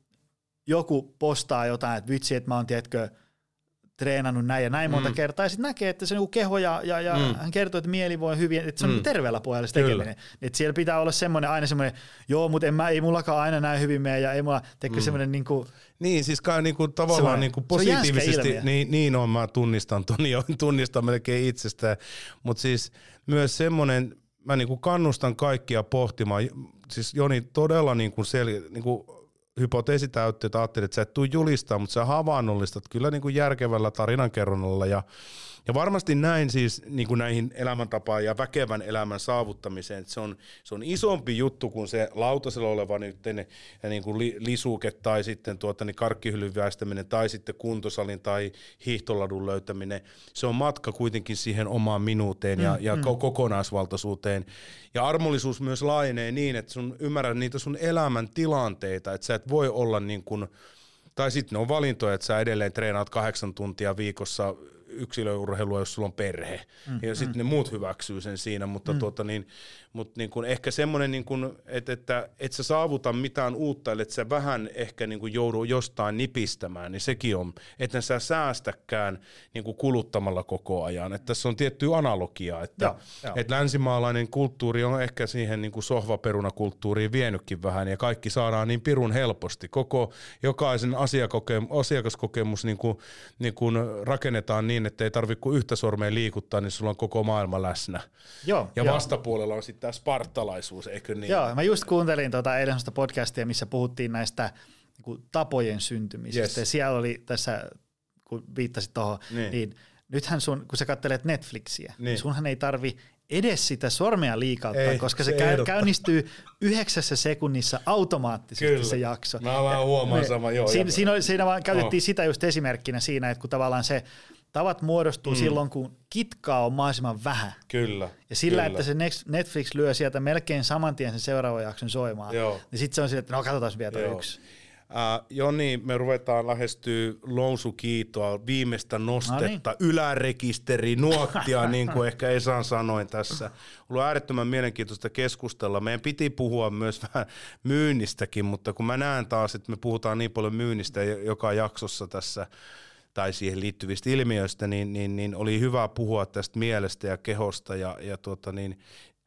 joku postaa jotain, että vitsi, että mä oon, tiedätkö, treenannut näin ja näin monta mm. kertaa, ja sitten näkee, että se niinku keho ja, ja, ja mm. hän kertoo, että mieli voi hyvin, että se on mm. terveellä pohjalla se tekeminen. Että siellä pitää olla semmoinen, aina semmoinen, joo, mutta en mä, ei mullakaan aina näin hyvin mene, ja ei mulla, teekö mm. semmoinen niinku... Niin, siis kai niinku tavallaan niinku positiivisesti, niin, niin on, mä tunnistan ton, ja tunnistan melkein itsestä, mutta siis myös semmoinen, mä niinku kannustan kaikkia pohtimaan, siis Joni todella niinku sel, niinku hypoteesi täytti, että ajattelit, että sä et tule julistaa, mutta sä havainnollistat kyllä niin kuin järkevällä tarinankerronnalla ja, ja varmasti näin siis niin kuin näihin elämäntapaan ja väkevän elämän saavuttamiseen, että se on, se on isompi juttu kuin se lautasella oleva nyt ja niin kuin li, lisuke tai sitten tuota, niin karkkihyllyn väistäminen tai sitten kuntosalin tai hiihtoladun löytäminen. Se on matka kuitenkin siihen omaan minuuteen ja, mm, ja mm. kokonaisvaltaisuuteen. Ja armollisuus myös laajenee niin, että sun ymmärrät niitä sun elämän tilanteita, että sä et voi olla niin kuin, tai sitten ne on valintoja, että sä edelleen treenaat kahdeksan tuntia viikossa yksilöurheilua, jos sulla on perhe. Mm, ja sitten mm. ne muut hyväksyy sen siinä, mutta mm. tuota niin, mut niin kun ehkä semmoinen, niin kun, että, että et sä saavuta mitään uutta, eli että sä vähän ehkä niin kun joudu jostain nipistämään, niin sekin on, että sä säästäkään niin kun kuluttamalla koko ajan. Että tässä on tiettyä analogiaa, että, ja, ja. että länsimaalainen kulttuuri on ehkä siihen niin kun sohvaperunakulttuuriin vienytkin vähän, ja kaikki saadaan niin pirun helposti. Koko jokaisen asiakokemus, asiakaskokemus niin kun, niin kun rakennetaan niin, että ei tarvitse kuin yhtä sormea liikuttaa, niin sulla on koko maailma läsnä. Joo, ja jo. vastapuolella on sitten tämä spartalaisuus, eikö niin? Joo, mä just kuuntelin tuota eilen sellaista podcastia, missä puhuttiin näistä niin kuin tapojen syntymisestä. Yes. Ja siellä oli tässä, kun viittasit tuohon, niin. niin nythän sun, kun sä katselet Netflixiä, niin sunhan ei tarvi edes sitä sormea liikauttaa, ei, koska se, se käy, käynnistyy yhdeksässä sekunnissa automaattisesti. Kyllä. Se jakso. Mä vaan huomaan me, sama, joo. Siinä, siinä, oli, siinä vaan käytettiin oh. sitä just esimerkkinä siinä, että kun tavallaan se tavat muodostuu mm. silloin, kun kitkaa on mahdollisimman vähän. Kyllä. Ja sillä, kyllä. että se Netflix lyö sieltä melkein saman tien sen seuraavan jakson soimaan, joo. niin sitten se on sillä, että no katsotaan vielä toi yksi. Uh, Joni, me ruvetaan lähestyä Lousu-Kiitoa, viimeistä nostetta, no niin. ylärekisteri, nuottia, niin kuin ehkä Esan sanoin tässä. Ollut äärettömän mielenkiintoista keskustella. Meidän piti puhua myös vähän myynnistäkin, mutta kun mä näen taas, että me puhutaan niin paljon myynnistä joka jaksossa tässä, tai siihen liittyvistä ilmiöistä, niin, niin, niin oli hyvä puhua tästä mielestä ja kehosta ja, ja tuota niin,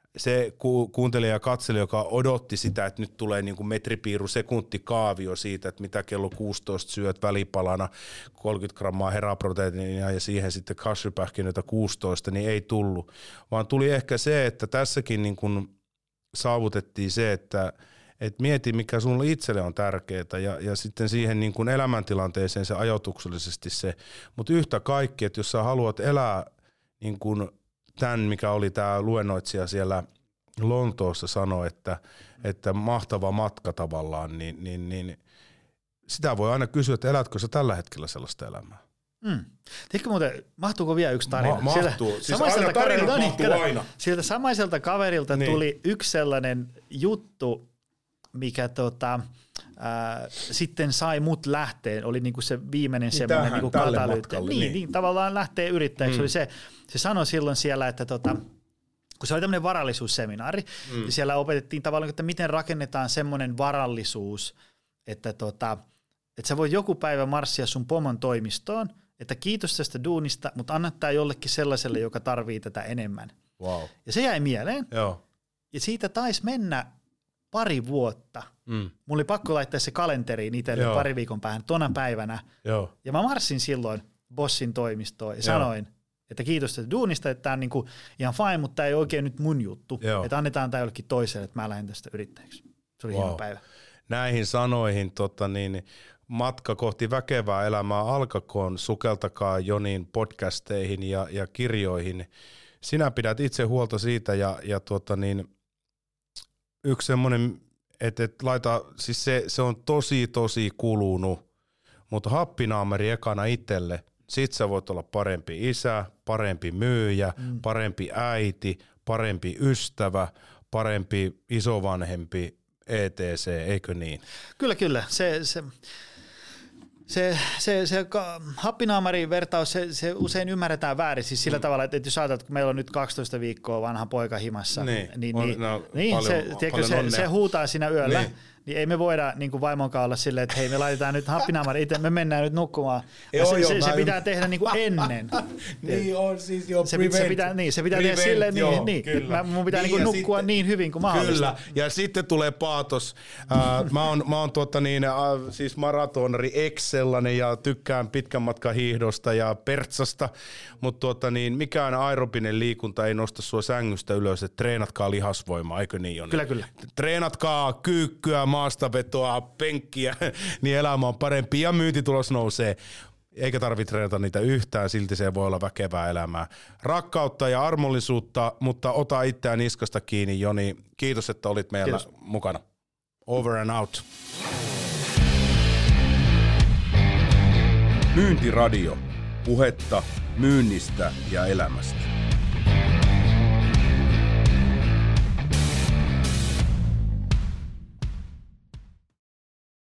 se ku, kuuntelija ja katselija, joka odotti sitä, että nyt tulee niin kuin metripiiru sekuntikaavio siitä, että mitä kello kuusitoista syöt välipalana, kolmekymmentä grammaa heraproteiinia ja siihen sitten cashew-pähkinöitä kuusitoista, niin ei tullut, vaan tuli ehkä se, että tässäkin niin kuin saavutettiin se, että et mieti, mikä sulle itselle on tärkeää ja, ja sitten siihen niin kuin elämäntilanteeseen se ajatuksellisesti se, mutta yhtä kaikki, että jos sä haluat elää niin kuin tämän, mikä oli tämä luennoitsija siellä Lontoossa sanoi, että, että mahtava matka tavallaan, niin, niin, niin sitä voi aina kysyä, että elätkö sä tällä hetkellä sellaista elämää? Mm. Tiedätkö muuten, mahtuuko vielä yksi tarina? Ma- mahtuu, sieltä, siis aina tarinat no niin, mahtuu kato, aina. Sieltä samaiselta kaverilta niin. tuli yksi sellainen juttu, mikä tota, ää, sitten sai mut lähteen, oli niinku se viimeinen niin semmoinen niinku katalyytti. Niin, niin. niin, tavallaan lähtee yrittäjäksi. Mm. Oli se, se sanoi silloin siellä, että tota, kun se oli tämmöinen varallisuusseminaari, mm. ja siellä opetettiin tavallaan, että miten rakennetaan semmoinen varallisuus, että, tota, että sä voit joku päivä marssia sun pomon toimistoon, että kiitos tästä duunista, mutta anna tää jollekin sellaiselle, joka tarvii tätä enemmän. Wow. Ja se jäi mieleen. Joo. Ja siitä taisi mennä pari vuotta. Mm. Mulla oli pakko laittaa se kalenteriin itselle Joo. pari viikon päähän tona päivänä. Joo. Ja mä marssin silloin bossin toimistoon ja Joo. sanoin, että kiitos tästä duunista, että tää on niinku ihan fine, mutta tää ei oikein nyt mun juttu. Joo. Että annetaan tää jollekin toiselle, että mä lähden tästä yrittäjäksi. Se oli wow. hieno päivä. Näihin sanoihin tota niin, matka kohti väkevää elämää alkakoon, sukeltakaa Jonin podcasteihin ja, ja kirjoihin. Sinä pidät itse huolta siitä ja, ja tota niin, yksi semmoinen, että et laita, siis se, se on tosi tosi kulunut, mutta happinaamari ekana itselle, sit sä voit olla parempi isä, parempi myyjä, mm. parempi äiti, parempi ystävä, parempi isovanhempi, et cetera, eikö niin? Kyllä, kyllä. Se, se, Se, se, se happinaamarin vertaus, se, se usein ymmärretään väärin, siis sillä mm. tavalla, että jos ajatellaan, että meillä on nyt kaksitoista viikkoa vanha poika himassa, niin, niin, on, niin, no, niin paljon, se, tiedätkö, se, se huutaa siinä yöllä, niin, niin ei me voida niin kuin vaimonkaan olla silleen, että hei me laitetaan nyt happinaamari itse, me mennään nyt nukkumaan. Joo, se, joo, se, se pitää tehdä niin kuin ennen. Niin on siis jo se, prevent. Se pitää, niin, se pitää prevent, tehdä silleen, joo, niin, niin. Mä, mun pitää niin, niin nukkua sitten, niin hyvin kuin mahdollista. Kyllä, ja sitten tulee paatos. Uh, mä oon, mä oon tuota niin, uh, siis maratonari ex-sellainen ja tykkään pitkän matkan hiihdosta ja pertsasta, mutta tuota niin, mikään aerobinen liikunta ei nosta sua sängystä ylös, että treenatkaa lihasvoimaa, eikö niin Joni? Kyllä, kyllä. Treenatkaa kyykkyä, maastavetoa, penkkiä, niin elämä on parempi ja myyntitulos nousee. Eikä tarvitse treenata niitä yhtään, silti se voi olla väkevää elämää. Rakkautta ja armollisuutta, mutta ota itseään niskasta kiinni, Joni. Kiitos, että olit meillä Kiitos. mukana. Over and out. Myyntiradio. Puhetta myynnistä ja elämästä.